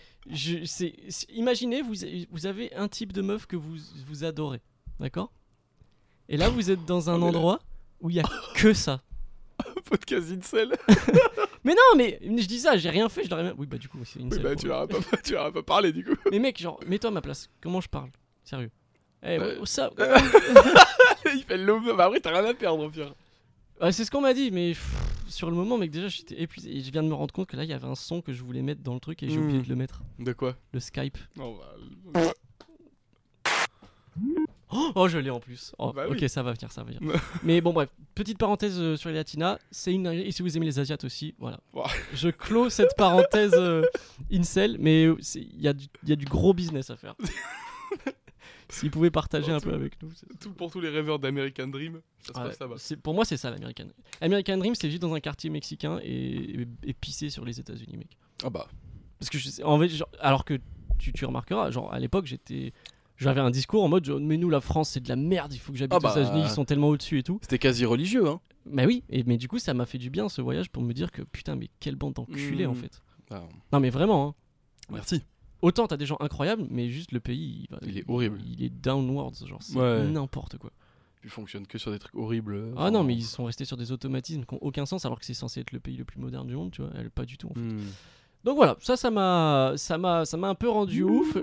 imaginez vous avez un type de meuf que vous adorez, d'accord? Et là vous êtes dans un endroit où il y a que ça. Podcast incel. Mais non, mais je dis ça, j'ai rien fait, je l'aurais même... Oui, bah du coup, c'est incel. Oui, bah tu leur as pas parlé du coup. Mais mec, genre, mets-toi à ma place, comment je parle? Sérieux. Ça... Il fait le lobe, bah après t'as rien à perdre, Pierre. Ouais, c'est ce qu'on m'a dit, mais sur le moment, mec, déjà j'étais épuisé. Et je viens de me rendre compte que là, il y avait un son que je voulais mettre dans le truc et j'ai oublié de le mettre. De quoi? Le Skype. Oh, bah... Oh, je l'ai en plus. Oh, bah, ok, oui. ça va venir. Mais bon, bref, petite parethèse sur les latinas. C'est une et si vous aimez les asiates aussi, voilà. Wow. Je clôt cette parenthèse incel, mais il y a du gros business à faire. S'ils pouvaient partager un peu avec nous. Tout pour tous les rêveurs d'American Dream, ça se passe là-bas. Pour moi, c'est ça l'American Dream. American Dream, c'est vivre dans un quartier mexicain et pisser sur les États-Unis, mec. Ah bah. Parce que en fait, genre, alors que tu remarqueras, genre à l'époque, j'avais un discours en mode mais nous la France c'est de la merde, il faut que j'habite aux États-Unis, ils sont tellement au-dessus et tout. C'était quasi religieux hein. Bah oui, mais du coup ça m'a fait du bien ce voyage pour me dire que putain mais quelle bande d'enculés en fait. Ah. Non mais vraiment hein. Merci. Autant t'as des gens incroyables mais juste le pays il est horrible. Il est downwards, genre c'est n'importe quoi. Il fonctionne que sur des trucs horribles. Ah non mais ils sont restés sur des automatismes qui ont aucun sens alors que c'est censé être le pays le plus moderne du monde, tu vois, pas du tout en fait. Donc voilà, ça m'a un peu rendu ouf.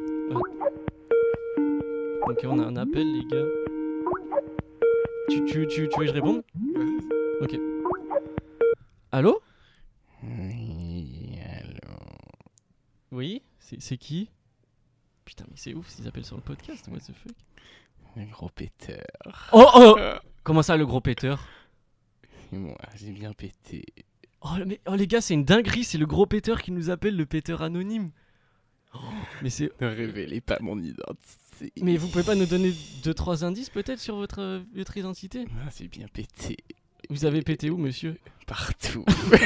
Ok, on a un appel, les gars. Tu veux que je réponde? Ok. Allô? Oui, allô. Oui, c'est qui? Putain, mais c'est ouf s'ils appellent sur le podcast, what the fuck? Le gros péteur. Oh comment ça, le gros péteur? C'est moi, j'ai bien pété. Oh les gars, c'est une dinguerie, c'est le gros péteur qui nous appelle, le péteur anonyme. Mais c'est. Ne révélez pas mon identité. Mais vous pouvez pas nous donner 2-3 indices peut-être sur votre identité? Ah, c'est bien pété. Vous avez pété où, monsieur? Partout.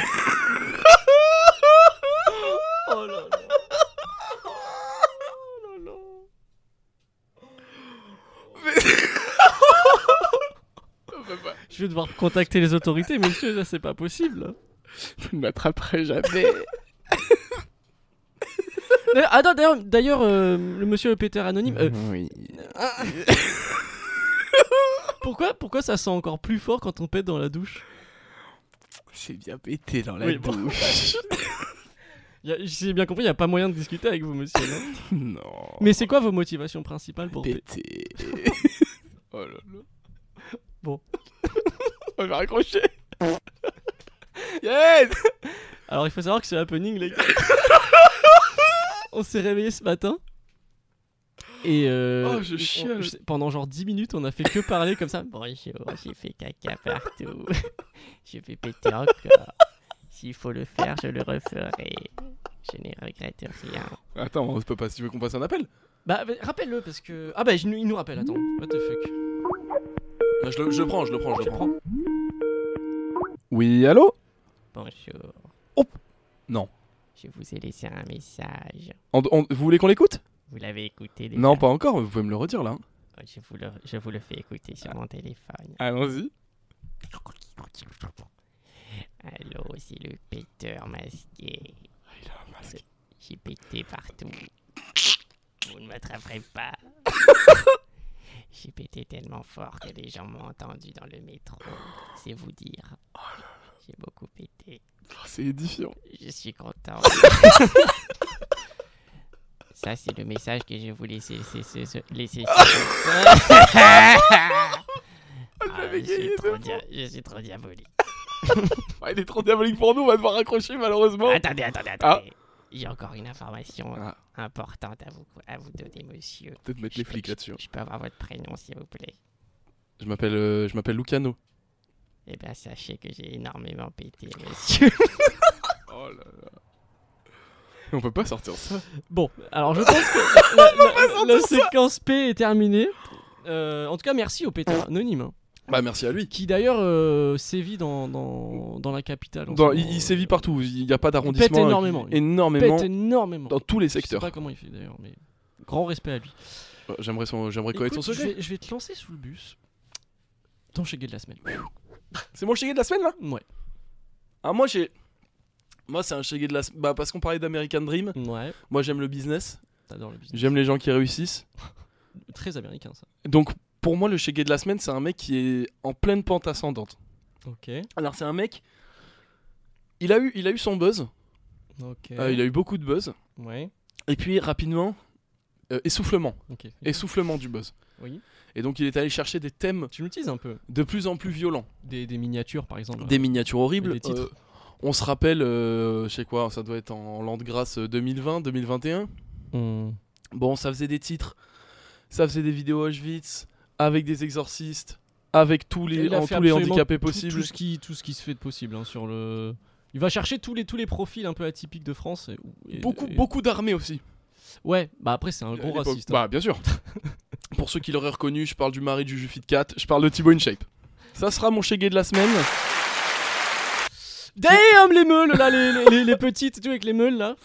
Oh là là. Oh là là. Je vais devoir contacter les autorités, monsieur, là c'est pas possible. Vous ne m'attraperez jamais. Ah non, d'ailleurs, le monsieur Peter Anonyme, Oui. pourquoi ça sent encore plus fort quand on pète dans la douche? C'est bien pété dans la Oui, bon. douche. J'ai bien compris, il n'y a pas moyen de discuter avec vous, monsieur, non? Non. Mais c'est quoi vos motivations principales pour pété. Oh là là. Bon. On va raccrocher. Yes. Alors il faut savoir que c'est happening, les gars. On s'est réveillé ce matin. Et Oh, je chiale. pendant genre 10 minutes, on a fait que parler comme ça. Bonjour, j'ai fait caca partout. Je vais péter encore. S'il faut le faire, je le referai. Je ne regrette rien. Attends, on peut pas. Si tu veux qu'on passe un appel. Bah, rappelle-le parce que. Ah, bah, il nous rappelle. Attends, what the fuck. Ah, je le prends. Tu le prends. Oui, allô. Bonjour. Oh. Non. Je vous ai laissé un message. Vous voulez qu'on l'écoute? Vous l'avez écouté déjà? Non, pas encore. Vous pouvez me le redire là. Je vous le fais écouter sur mon téléphone. Allons-y. Allô, c'est le péteur masqué. Il a un masque. J'ai pété partout. Vous ne m'attraperez pas. J'ai pété tellement fort que les gens m'ont entendu dans le métro. C'est vous dire. J'ai beaucoup pété. Oh, c'est édifiant. Je suis content. Ça, c'est le message que je vous laisser. Je suis trop diabolique. Ah, il est trop diabolique pour nous, on va devoir raccrocher malheureusement. Attendez. J'ai encore une information importante à vous donner, monsieur. Peut-être mettre les flics là-dessus. Je peux avoir votre prénom, s'il vous plaît? Je m'appelle Lucano. Eh bien, sachez que j'ai énormément pété, monsieur. Oh là là. On peut pas sortir ça. Bon, alors je pense que la séquence P est terminée. En tout cas, merci au Peter Anonyme. Hein. Bah merci à lui. Qui d'ailleurs sévit dans la capitale. Il sévit partout, il n'y a pas d'arrondissement. Il pète énormément. Énormément. Pète énormément. Dans tous les Je sais secteurs. pas comment il fait d'ailleurs, mais grand respect à lui. J'aimerais connaître son secret. Je vais te lancer sous le bus. Ton chégué de la semaine. C'est mon chégué de la semaine là? Ouais. Ah moi c'est un chégué de la semaine. Bah parce qu'on parlait d'American Dream. Ouais. Moi j'aime le business. T'adores le business. J'aime les gens qui réussissent. Très américain ça. Donc pour moi le chégué de la semaine c'est un mec qui est en pleine pente ascendante. Ok. Alors c'est un mec. Il a eu son buzz. Ok. Il a eu beaucoup de buzz. Ouais. Et puis rapidement essoufflement. Ok. Essoufflement du buzz. Oui. Et donc il est allé chercher des thèmes Tu l'utilises un peu. de plus en plus violents. Des miniatures par exemple. Des miniatures horribles. Des titres. On se rappelle, je sais quoi, ça doit être en l'an de grâce 2020, 2021. Bon, ça faisait des titres, ça faisait des vidéos Auschwitz, avec des exorcistes, avec tous les handicapés possibles. Tout ce qui se fait de possible hein, sur le. Il va chercher tous les profils un peu atypiques de France. Beaucoup d'armées aussi. Ouais, bah après c'est un gros raciste. Bah bien sûr. Pour ceux qui l'auraient reconnu, je parle du mari du Jufi de 4, je parle de Thibaut InShape. Ça sera mon chégué de la semaine. Damn les meules là, les petites et tout avec les meules là.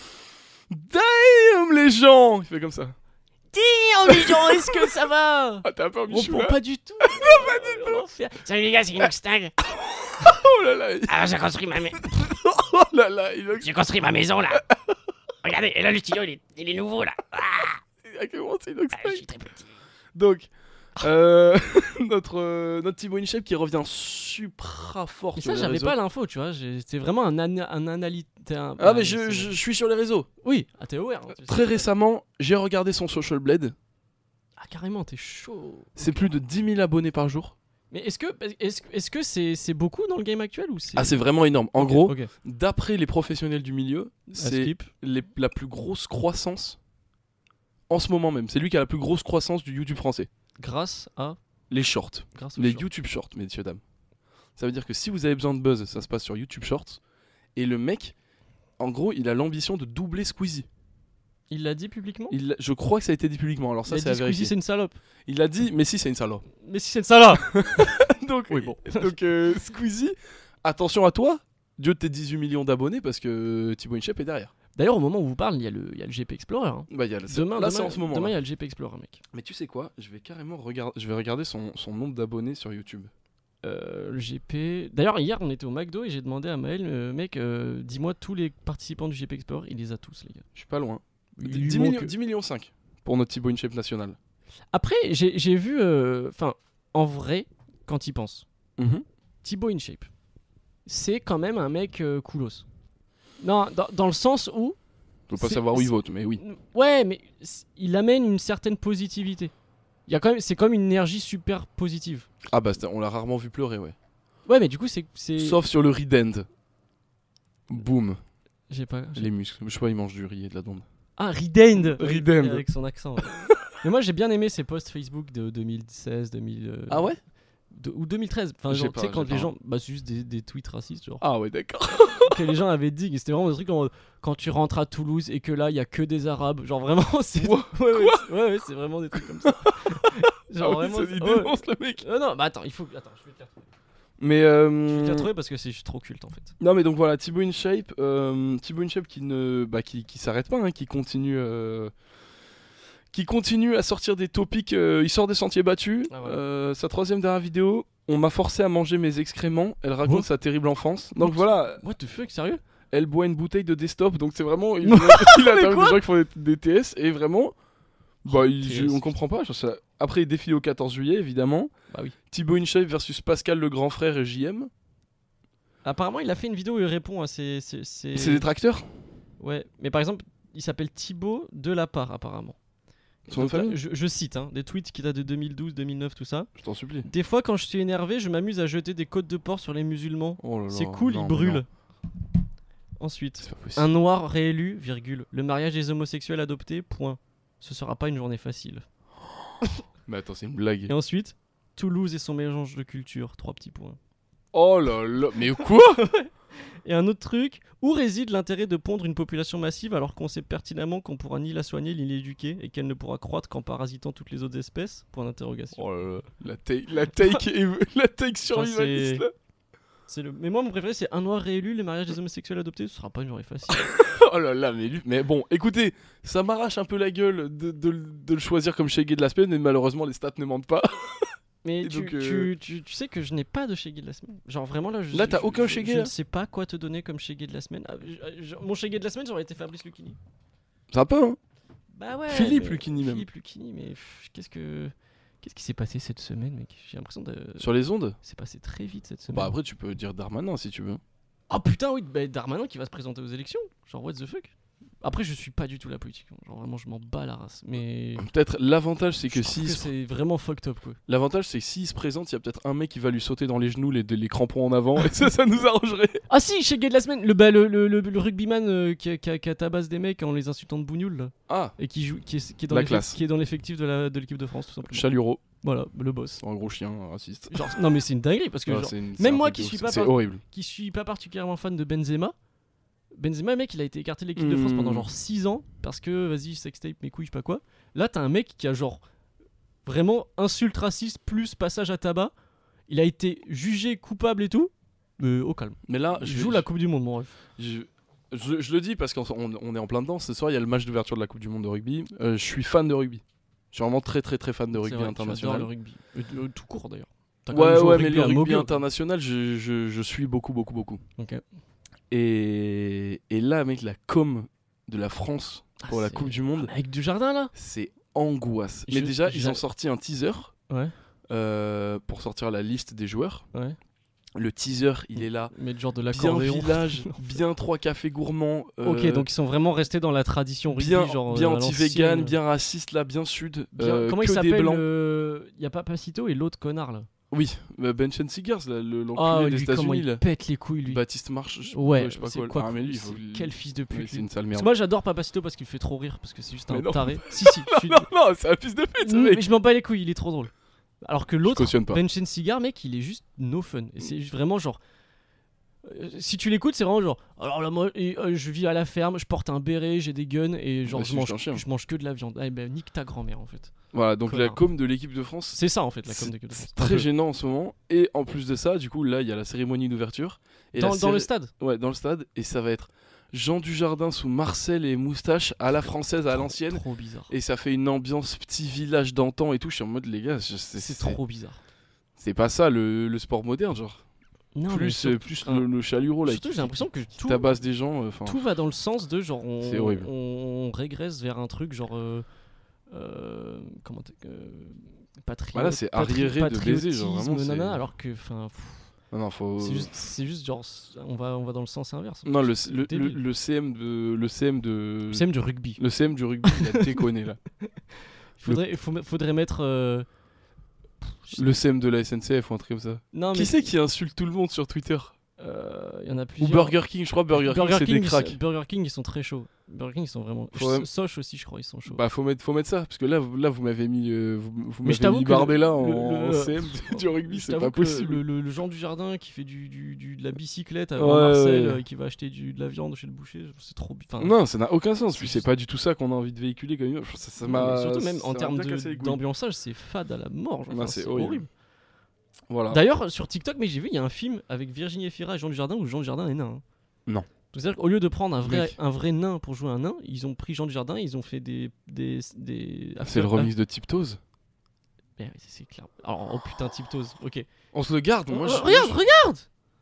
Damn les gens. Il fait comme ça. Damn les gens, est-ce que ça va? Ah t'es un peu Michou là. Pas du tout. Salut les gars, c'est Inox Tag. Oh là là. Alors j'ai construit ma maison. Oh là là. J'ai construit ma maison là. Regardez, et là le studio il est nouveau là. Je suis très petit. Donc, notre Thibaut InShape qui revient supra fort Et sur ça, les j'avais réseaux. pas l'info, tu vois. C'était vraiment un analyste. Ah, mais je suis sur les réseaux. Oui, t'es aware. Hein, Très récemment, j'ai regardé son Social Blade. Ah, carrément, t'es chaud. C'est plus de 10 000 abonnés par jour. Mais est-ce que c'est beaucoup dans le game actuel ou c'est. Ah, c'est vraiment énorme. En gros, ok. d'après les professionnels du milieu, c'est skip. la plus grosse croissance en ce moment même. C'est lui qui a la plus grosse croissance du YouTube français. Grâce Les shorts. aux Les shorts. YouTube Shorts, messieurs, dames. Ça veut dire que si vous avez besoin de buzz, ça se passe sur YouTube Shorts. Et le mec, en gros, il a l'ambition de doubler Squeezie. Il l'a dit publiquement. Je crois que ça a été dit publiquement. Alors ça, Il a c'est à dit vérifier. Squeezie c'est une salope. Il l'a dit, mais si, c'est une salope. Mais si c'est une salope. donc, Oui, bon. donc Squeezie, attention à toi. Dieu de tes 18 millions d'abonnés parce que Thibaut InShape est derrière. D'ailleurs, au moment où vous parle, il y a le GP Explorer. Hein. Bah, Demain, là, c'est en ce moment. Demain, il là. y a le GP Explorer, mec. Mais tu sais quoi, je vais carrément regarder son nombre d'abonnés sur YouTube. Le GP. D'ailleurs, hier, on était au McDo et j'ai demandé à Maël, mec, dis-moi tous les participants du GP Explorer. Il les a tous, les gars. Je suis pas loin. Il 10 manque- millions, 10 millions 5 pour notre Thibaut InShape national. Après, j'ai vu, enfin, en vrai, quand il pense, Thibaut InShape, c'est quand même un mec coolos. Non, dans le sens où. Je veux pas C'est- savoir où il c'est- vote, mais oui. Ouais, mais il amène une certaine positivité. Il y a quand même, c'est comme une énergie super positive. Ah bah on l'a rarement vu pleurer, ouais. Ouais, mais du coup, c'est. Sauf sur le Ridend. Boum, J'ai pas. les muscles. Je sais pas, il mange du riz et de la dinde. Ah, Ridend. Ridend. Avec son accent. Ouais. Mais moi, j'ai bien aimé ses posts Facebook de 2016, 2000. Ah ouais Ou 2013. Enfin, J'ai genre, tu sais, pas, quand j'ai les pas. gens. Bah, c'est juste des tweets racistes, genre. Ah ouais, d'accord. Que les gens avaient dit. C'était vraiment des trucs en mode, quand tu rentres à Toulouse et que là, il y a que des Arabes. Genre, vraiment, c'est. Quoi ouais, c'est vraiment des trucs comme ça. Genre, Ah oui, vraiment. ça, il dénonce le mec. Non, bah attends, il faut. Attends, je vais te la retrouver. Mais Je vais te la retrouver parce que c'est trop culte en fait. non mais donc voilà, Thibaut InShape qui ne qui s'arrête pas, hein, qui continue à sortir des topics. Il sort des sentiers battus. Ah, voilà. Sa troisième dernière vidéo, on m'a forcé à manger mes excréments. Elle raconte What sa terrible enfance. Donc What voilà, What the fuck, sérieux? elle boit une bouteille de Desktop. Donc c'est vraiment il a interviewé quoi des gens qui font des TS et vraiment bah TS. on comprend pas. Genre, après il défile au 14 juillet évidemment. Bah oui. Thibaut InShape versus Pascal le grand frère et JM. Apparemment, il a fait une vidéo où il répond à ses. C'est des tracteurs. Ouais, mais par exemple, il s'appelle Thibaut de la part apparemment. Son nom de Donc là, famille je cite hein, des tweets qui datent de 2012, 2009, tout ça. Je t'en supplie. Des fois, quand je suis énervé, je m'amuse à jeter des côtes de porc sur les musulmans. Oh là là, C'est cool, non, ils mais brûlent. non, Ensuite, c'est pas possible. un noir réélu, virgule. Le mariage des homosexuels adoptés, point. Ce sera pas une journée facile. Mais attends, c'est une blague. Et ensuite, Toulouse et son mélange de culture, 3 petits points. Oh là là, mais quoi? Et un autre truc, où réside l'intérêt de pondre une population massive alors qu'on sait pertinemment qu'on pourra ni la soigner ni l'éduquer et qu'elle ne pourra croître qu'en parasitant toutes les autres espèces? Point d'interrogation. Oh là là, la take survivaliste là. Mais moi mon préféré c'est un noir réélu, le mariage des homosexuels adoptés, ce sera pas une journée facile. Oh là là, mais bon, écoutez, ça m'arrache un peu la gueule de le choisir comme Shaggy de la semaine, mais malheureusement les stats ne mentent pas. Mais Et tu, donc, tu sais que je n'ai pas de Shaggy de la semaine. Genre vraiment là, Là, t'as aucun Shaggy, je là ne sais pas quoi te donner comme Shaggy de la semaine. Mon Shaggy de la semaine j'aurais été Fabrice Lucchini. Ça peut, hein. Bah ouais. Philippe mais- Lucchini même. Philippe Lucchini, mais qu'est-ce qui s'est passé cette semaine, mec? J'ai l'impression de. Sur les ondes. C'est passé très vite cette semaine. Bah après tu peux dire Darmanin si tu veux. Ah putain, oui, bah, Darmanin qui va se présenter aux élections. Genre, what the fuck? Après, je suis pas du tout la politique. Genre, vraiment, je m'en bats la race. Mais. Peut-être l'avantage c'est que je trouve si c'est vraiment fucked up, quoi. l'avantage c'est que s'il se présente, il y a peut-être un mec qui va lui sauter dans les genoux les crampons en avant et ça nous arrangerait. Ah si, chez Gay de la semaine, le rugbyman qui tabasse des mecs en les insultant de bougnoule, là. Ah, Et qui joue, qui est dans La l'effectif- classe. qui est dans l'effectif de l'équipe de France, tout simplement. Chalureau, Voilà, le boss. un gros chien raciste. Genre, non, mais c'est une dinguerie parce que, Ah, genre, c'est même un moi truc qui de suis ouf, pas c'est par- horrible. qui suis pas particulièrement fan de Benzema, mec, il a été écarté de l'équipe de France pendant genre 6 ans parce que, vas-y, sextape, mes couilles, je sais pas quoi. Là, t'as un mec qui a genre vraiment insulte raciste plus passage à tabac. Il a été jugé coupable et tout. Mais au calme. Mais là, Il joue la Coupe du Monde, mon ref. je le dis parce qu'on est en plein dedans. Ce soir, il y a le match d'ouverture de la Coupe du Monde de rugby. Je suis fan de rugby. Je suis vraiment très très très fan de C'est rugby vrai, tu international. adores le rugby. Tout court d'ailleurs. T'as quand même Ouais, joué au ouais, mais le à rugby Moguer. international, je suis beaucoup. Ok. Et là, mec, la com de la France pour la c'est- Coupe du Monde, Avec du jardin là. c'est angoisse. Je- Mais déjà, je- ils ont sorti un teaser Ouais. pour sortir la liste des joueurs. Ouais. Le teaser, il est là. Mais genre de Bien l'accordéon. village, bien 3 cafés gourmands. Ok, donc ils sont vraiment restés dans la tradition rugby, bien, genre bien à anti-vegan, l'ancienne. bien raciste, là, bien sud. Comment il que des s'appelle blancs. Il y a pas Pacito et l'autre connard là. Oui, Bench and Cigars, là, l'enculé Ah, des lui, comment États-Unis. il là. pète les couilles lui. Baptiste Marche, Ouais, je sais pas c'est quoi. quoi, Ah, mais lui, il faut. quel fils de Oui, pute. c'est lui. une sale Parce merde. que moi j'adore Papacito parce qu'il fait trop rire parce que c'est juste Mais un non. taré. Si si, je suis... Non, non, c'est un fils de pute, ce mais mec. je m'en bats les couilles, il est trop drôle. Alors que Je l'autre, cautionne pas. Bench and Cigar, mec, il est juste no fun. Et c'est vraiment genre Si tu l'écoutes, c'est vraiment genre. Alors là, moi, je vis à la ferme, je porte un béret, j'ai des guns et genre Bah, je c'est juste un chien. mange que de la viande. Ah, ben nique ta grand-mère en fait. Voilà, donc la Connard. com de l'équipe de France, C'est ça en fait la com c'est de l'équipe de France. très gênant en ce moment. Et en plus de ça, du coup, là, il y a la cérémonie d'ouverture. Et Dans le stade. Ouais, dans le stade. Et ça va être Jean Dujardin sous Marcel et moustache à la française, à l'ancienne. Trop bizarre. Et ça fait une ambiance petit village d'antan et tout. Je suis en mode, les gars, C'est trop bizarre. C'est pas ça le sport moderne, genre. Non, mais Plus surtout- le chalureau là. Surtout, j'ai l'impression que qui tabasse des gens. Enfin, tout va dans le sens de genre C'est horrible. on régresse vers un truc genre comment Voilà, c'est arriéré de baiser, genre, vraiment, c'est- nana, alors que enfin non, faut. c'est juste genre on va dans le sens inverse. Non, le débile. CM de. Le CM de. C'est même du rugby. Le CM du rugby, il a déconné là. Faudrait mettre Le CM de la SNCF ou un truc comme ça. non Qui mais c'est qui insulte tout le monde sur Twitter? il y en a Ou plusieurs. Burger King, je crois Burger King c'est des cracks. Burger King ils sont très chauds. Burger King ils sont vraiment Faudrait- Soch aussi je crois ils sont chauds. Bah faut mettre ça parce que là vous m'avez mis vous Mais je m'avez t'avoue mis que Bardella le- en le- CM du rugby, Je c'est t'avoue pas que possible. le Jean Dujardin qui fait de la bicyclette à Ouais, Marseille, ouais. qui va acheter de la viande chez le boucher, c'est trop. Enfin, Non, ça n'a aucun sens. c'est Puis juste- c'est pas du tout ça qu'on a envie de véhiculer comme image. Ça non, m'a mais surtout même ça en m'a termes bien cassé les couilles. d'ambiançage, c'est fade à la mort. Genre, Non, enfin, c'est c'est horrible. horrible. Voilà. D'ailleurs, sur TikTok, mais j'ai vu, il y a un film avec Virginie Efira et Jean Dujardin où Jean Dujardin est nain. hein. Non. C'est-à-dire qu'au lieu de prendre Mec. un vrai nain pour jouer un nain, ils ont pris Jean Dujardin, ils ont fait des C'est le remix de Tiptoes. Ouais, c'est clair. Alors, oh putain, Tiptoes, ok. On se le garde. Moi, Regarde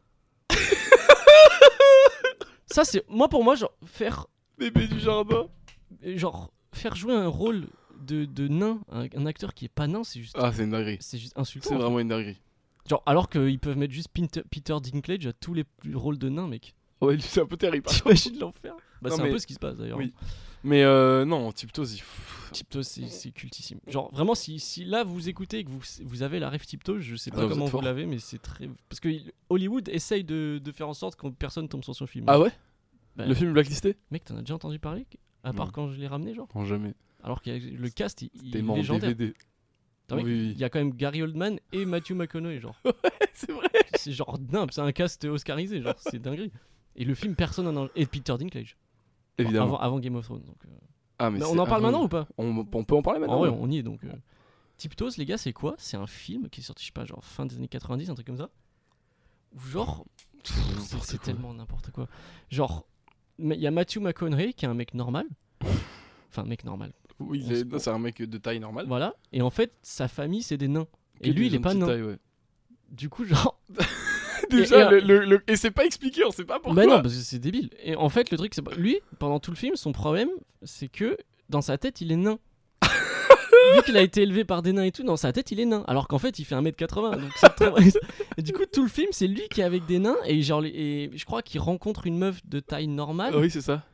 Ça, c'est. Pour moi, genre, Bébé du jardin. faire jouer un rôle de nain, un acteur qui est pas nain, c'est juste. Ah, c'est une dinguerie. C'est juste insultant. C'est en fait. vraiment une dinguerie. Genre, alors qu'ils peuvent mettre juste Peter Dinklage à tous les rôles de nain, mec. Ouais, c'est un peu terrible. T'imagines l'enfer Bah, Non, c'est mais- un peu ce qui se passe d'ailleurs. Oui. Mais non, Tiptoes, Tiptoes, c'est cultissime. Genre, vraiment, si là vous écoutez et que vous avez la ref Tiptoes, je sais pas Ah, vous comment êtes vous fort. l'avez, mais c'est très. Parce que Hollywood essaye de faire en sorte que personne tombe sur son film. Ah ouais. Bah, Le film blacklisté? Mec, t'en as déjà entendu parler à part Non. quand je l'ai ramené, genre Non, jamais. Alors que le cast, il est Tellement en légendaire. DVD. Attends, mec, Oui, oui. il y a quand même Gary Oldman et Matthew McConaughey, genre. C'est vrai. C'est genre dingue, c'est un cast oscarisé, genre, c'est dinguerie. Et le film, personne en a. Et Peter Dinklage. Évidemment. Avant Game of Thrones. Donc, Ah, mais mais c'est on en parle avant- maintenant ou pas on peut en parler maintenant. En vrai, ouais. on y est donc. Tiptoes, les gars, c'est quoi? C'est un film qui est sorti, je sais pas, genre fin des années 90, un truc comme ça. Où genre. C'est tellement n'importe quoi. Genre, il y a Matthew McConaughey qui est un mec normal. Enfin, mec normal. Oui, On se- non, c'est un mec de taille normale. Voilà. Et en fait, sa famille, c'est des nains. Que Et lui, des il est gens de pas petite nain. taille, ouais. Du coup, genre. Déjà, et- et c'est pas expliqué, on sait pas pourquoi. Bah non, parce que c'est débile. Et en fait, le truc, c'est lui, pendant tout le film, son problème, c'est que dans sa tête, il est nain. Vu qu'il a été élevé par des nains et tout, dans sa tête, il est nain. Alors qu'en fait, il fait 1m80. Donc c'est très... Et du coup, tout le film, c'est lui qui est avec des nains. Et genre, et je crois qu'il rencontre une meuf de taille normale. Oui, c'est ça.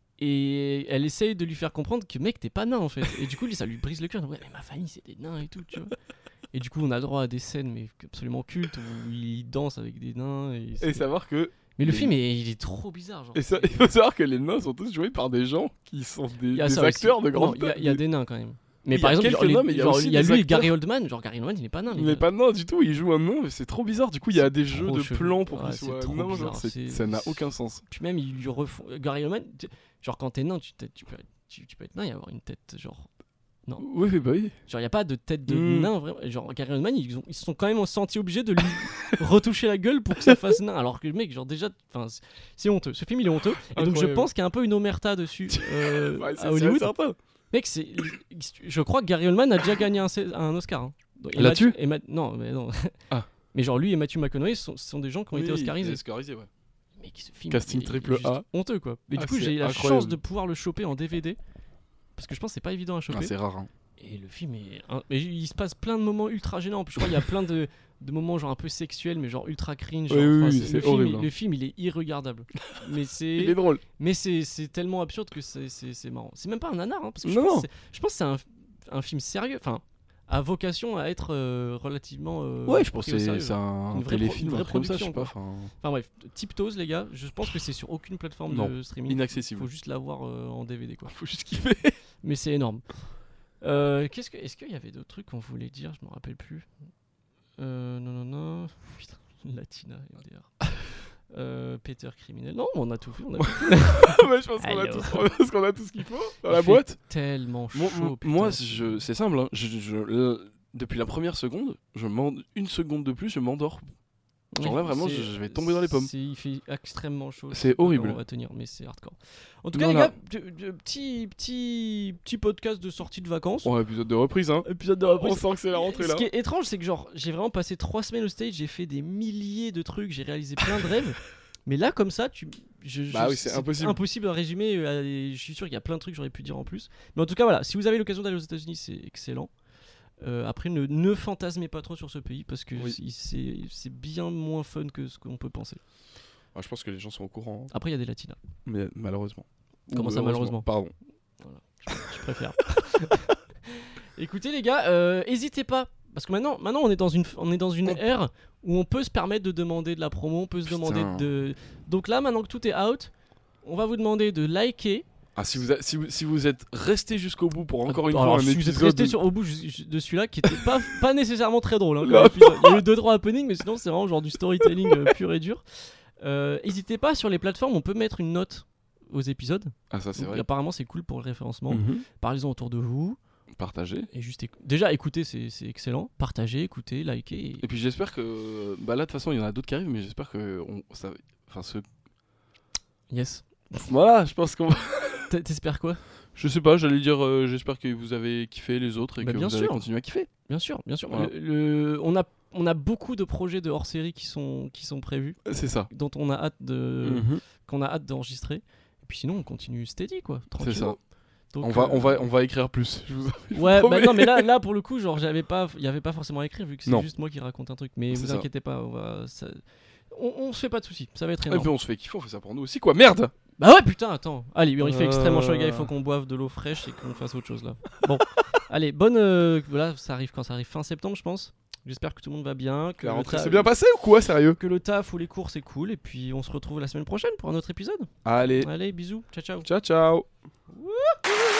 Et elle essaye de lui faire comprendre que mec, t'es pas nain en fait. Et du coup, ça lui brise le cœur. Ouais, mais ma famille, c'est des nains et tout, tu vois. Et du coup, on a droit à des scènes, mais absolument cultes, où il danse avec des nains. Et savoir que. Mais le les- film, il est trop bizarre. Genre. Et ça, il faut savoir que les nains sont tous joués par des gens qui sont Il y des a ça acteurs aussi. de grande Non, il y a des nains quand même. Mais Il y par a exemple, quelques genre, nains, mais il y a genre, aussi il y a des lui, acteurs. Gary Oldman. Genre, Gary Oldman, il est pas nain. Il n'est pas nain du tout, il joue un nain, c'est trop bizarre. Du coup, il y a des jeux trop de chelou. plans pour Ouais, qu'il c'est soit trop nain. bizarre, Genre, c'est- ça n'a aucun sens. Puis même, il lui refont. Gary Oldman, genre, quand t'es nain, tu peux être nain et avoir une tête, genre. Non. Oui, bah oui. Genre, il n'y a pas de tête de Mm. nain, vraiment. Genre, Gary Oldman, ils se sont quand même sentis obligés de lui retoucher la gueule pour que ça fasse nain. Alors que le mec, genre, déjà, c'est honteux. Ce film, il est honteux. Et donc, je Incroyable. pense qu'il y a un peu une omerta dessus Ouais, c'est à Hollywood. certain. Mec, je crois que Gary Oldman a déjà gagné un Oscar. Hein. Et Là-dessus Non, mais non. Ah. Mais genre, lui et Matthew McConaughey sont des gens qui ont été oscarisés. Oscarisés, ouais. Mec, ce film, Casting il est triple juste A. honteux, quoi. Mais Ah, du coup, c'est j'ai eu la incroyable. chance de pouvoir le choper en DVD. Parce que je pense que c'est pas évident à choper. Ah, c'est rare. Hein. Et le film est. Mais il se passe plein de moments ultra gênants. En plus, je crois qu'il y a plein de moments genre un peu sexuels, mais genre ultra cringe. Oui, genre, oui, enfin, oui, le c'est film, horrible, hein. Le film, il est irregardable. Mais Il est drôle. c'est tellement absurde que c'est marrant. C'est même pas un nanar, hein, parce que je Non, pense non. que c'est un film sérieux. Enfin, à vocation à être relativement. Ouais, je pense pris que au sérieux. c'est un Une vraie téléfilm, une vraie un truc comme ça, je production, sais pas. quoi. Enfin, Enfin bref, Tiptoes, les gars, je pense que c'est sur aucune plateforme Non, de streaming. inaccessible. Faut juste l'avoir en DVD, quoi. Faut juste kiffer. Mais c'est énorme. Est-ce qu'il y avait d'autres trucs qu'on voulait dire? Je me rappelle plus. Non. Putain, Latina, MDR. Peter criminel. Non, on a tout fait. Ouais, je pense qu'on a tout ce qu'il faut dans la boîte. Tellement chaud. Moi, c'est simple. Hein. Depuis la première seconde, une seconde de plus, je m'endors. Genre là, vraiment, je vais tomber dans les pommes. Il fait extrêmement chaud. C'est horrible. On va tenir, mais c'est hardcore. En tout cas, les gars, petit podcast de sortie de vacances. Ouais, épisode de reprise, hein. On sent que c'est la rentrée là. Ce qui est étrange, c'est que genre, j'ai vraiment passé 3 semaines au stage, j'ai fait des milliers de trucs, j'ai réalisé plein de rêves. Mais là, comme ça, oui, c'est impossible. Impossible à résumer. Je suis sûr qu'il y a plein de trucs que j'aurais pu dire en plus. Mais en tout cas, voilà, si vous avez l'occasion d'aller aux États-Unis, c'est excellent. Après, ne fantasmez pas trop sur ce pays parce que c'est bien moins fun que ce qu'on peut penser. Ah, je pense que les gens sont au courant. Après, il y a des latinas. Mais malheureusement. Comment ça, malheureusement ? Pardon. Voilà, je préfère. Écoutez, les gars, hésitez pas. Parce que maintenant on est dans une ère où on peut se permettre de demander de la promo, on peut se demander de... Donc là, maintenant que tout est out, on va vous demander de liker. Ah, si vous êtes resté jusqu'au bout pour encore une fois alors, un si épisode... vous êtes resté au bout de celui-là, qui était pas nécessairement très drôle. Hein, il y a eu 2-3 happenings, mais sinon c'est vraiment genre du storytelling pur et dur. N'hésitez pas, sur les plateformes, on peut mettre une note aux épisodes. Ah, ça c'est Donc, vrai. apparemment c'est cool pour le référencement. Mm-hmm. Parlez-en autour de vous. Partagez. Et juste déjà écoutez, c'est excellent. Partagez, écoutez, likez. Et puis j'espère que... Bah là de toute façon il y en a d'autres qui arrivent, mais j'espère que... Yes. Voilà, je pense qu'on va... T'espères quoi ? Je sais pas, j'allais dire j'espère que vous avez kiffé les autres et que vous allez continuer à kiffer. Bien sûr. Voilà. On a beaucoup de projets de hors-série qui sont prévus. C'est ça. Dont on a hâte qu'on a hâte d'enregistrer. Et puis sinon on continue steady quoi, tranquillement. C'est ça. Donc, on va écrire plus. Ouais, bah non mais là pour le coup genre il y avait pas forcément à écrire vu que c'est juste moi qui raconte un truc. Mais vous inquiétez pas, on se fait pas de soucis, ça va être énorme. Et puis on se fait kiffer, on fait ça pour nous aussi quoi, merde. Bah ouais putain, attends. Allez, il fait extrêmement chaud les gars, il faut qu'on boive de l'eau fraîche et qu'on fasse autre chose là. Bon, allez, voilà, ça arrive quand ça arrive fin septembre je pense. J'espère que tout le monde va bien, que la rentrée s'est bien passée ou quoi, sérieux ? Que le taf ou les cours c'est cool et puis on se retrouve la semaine prochaine pour un autre épisode. Allez, bisous, ciao. ciao. Wouhou.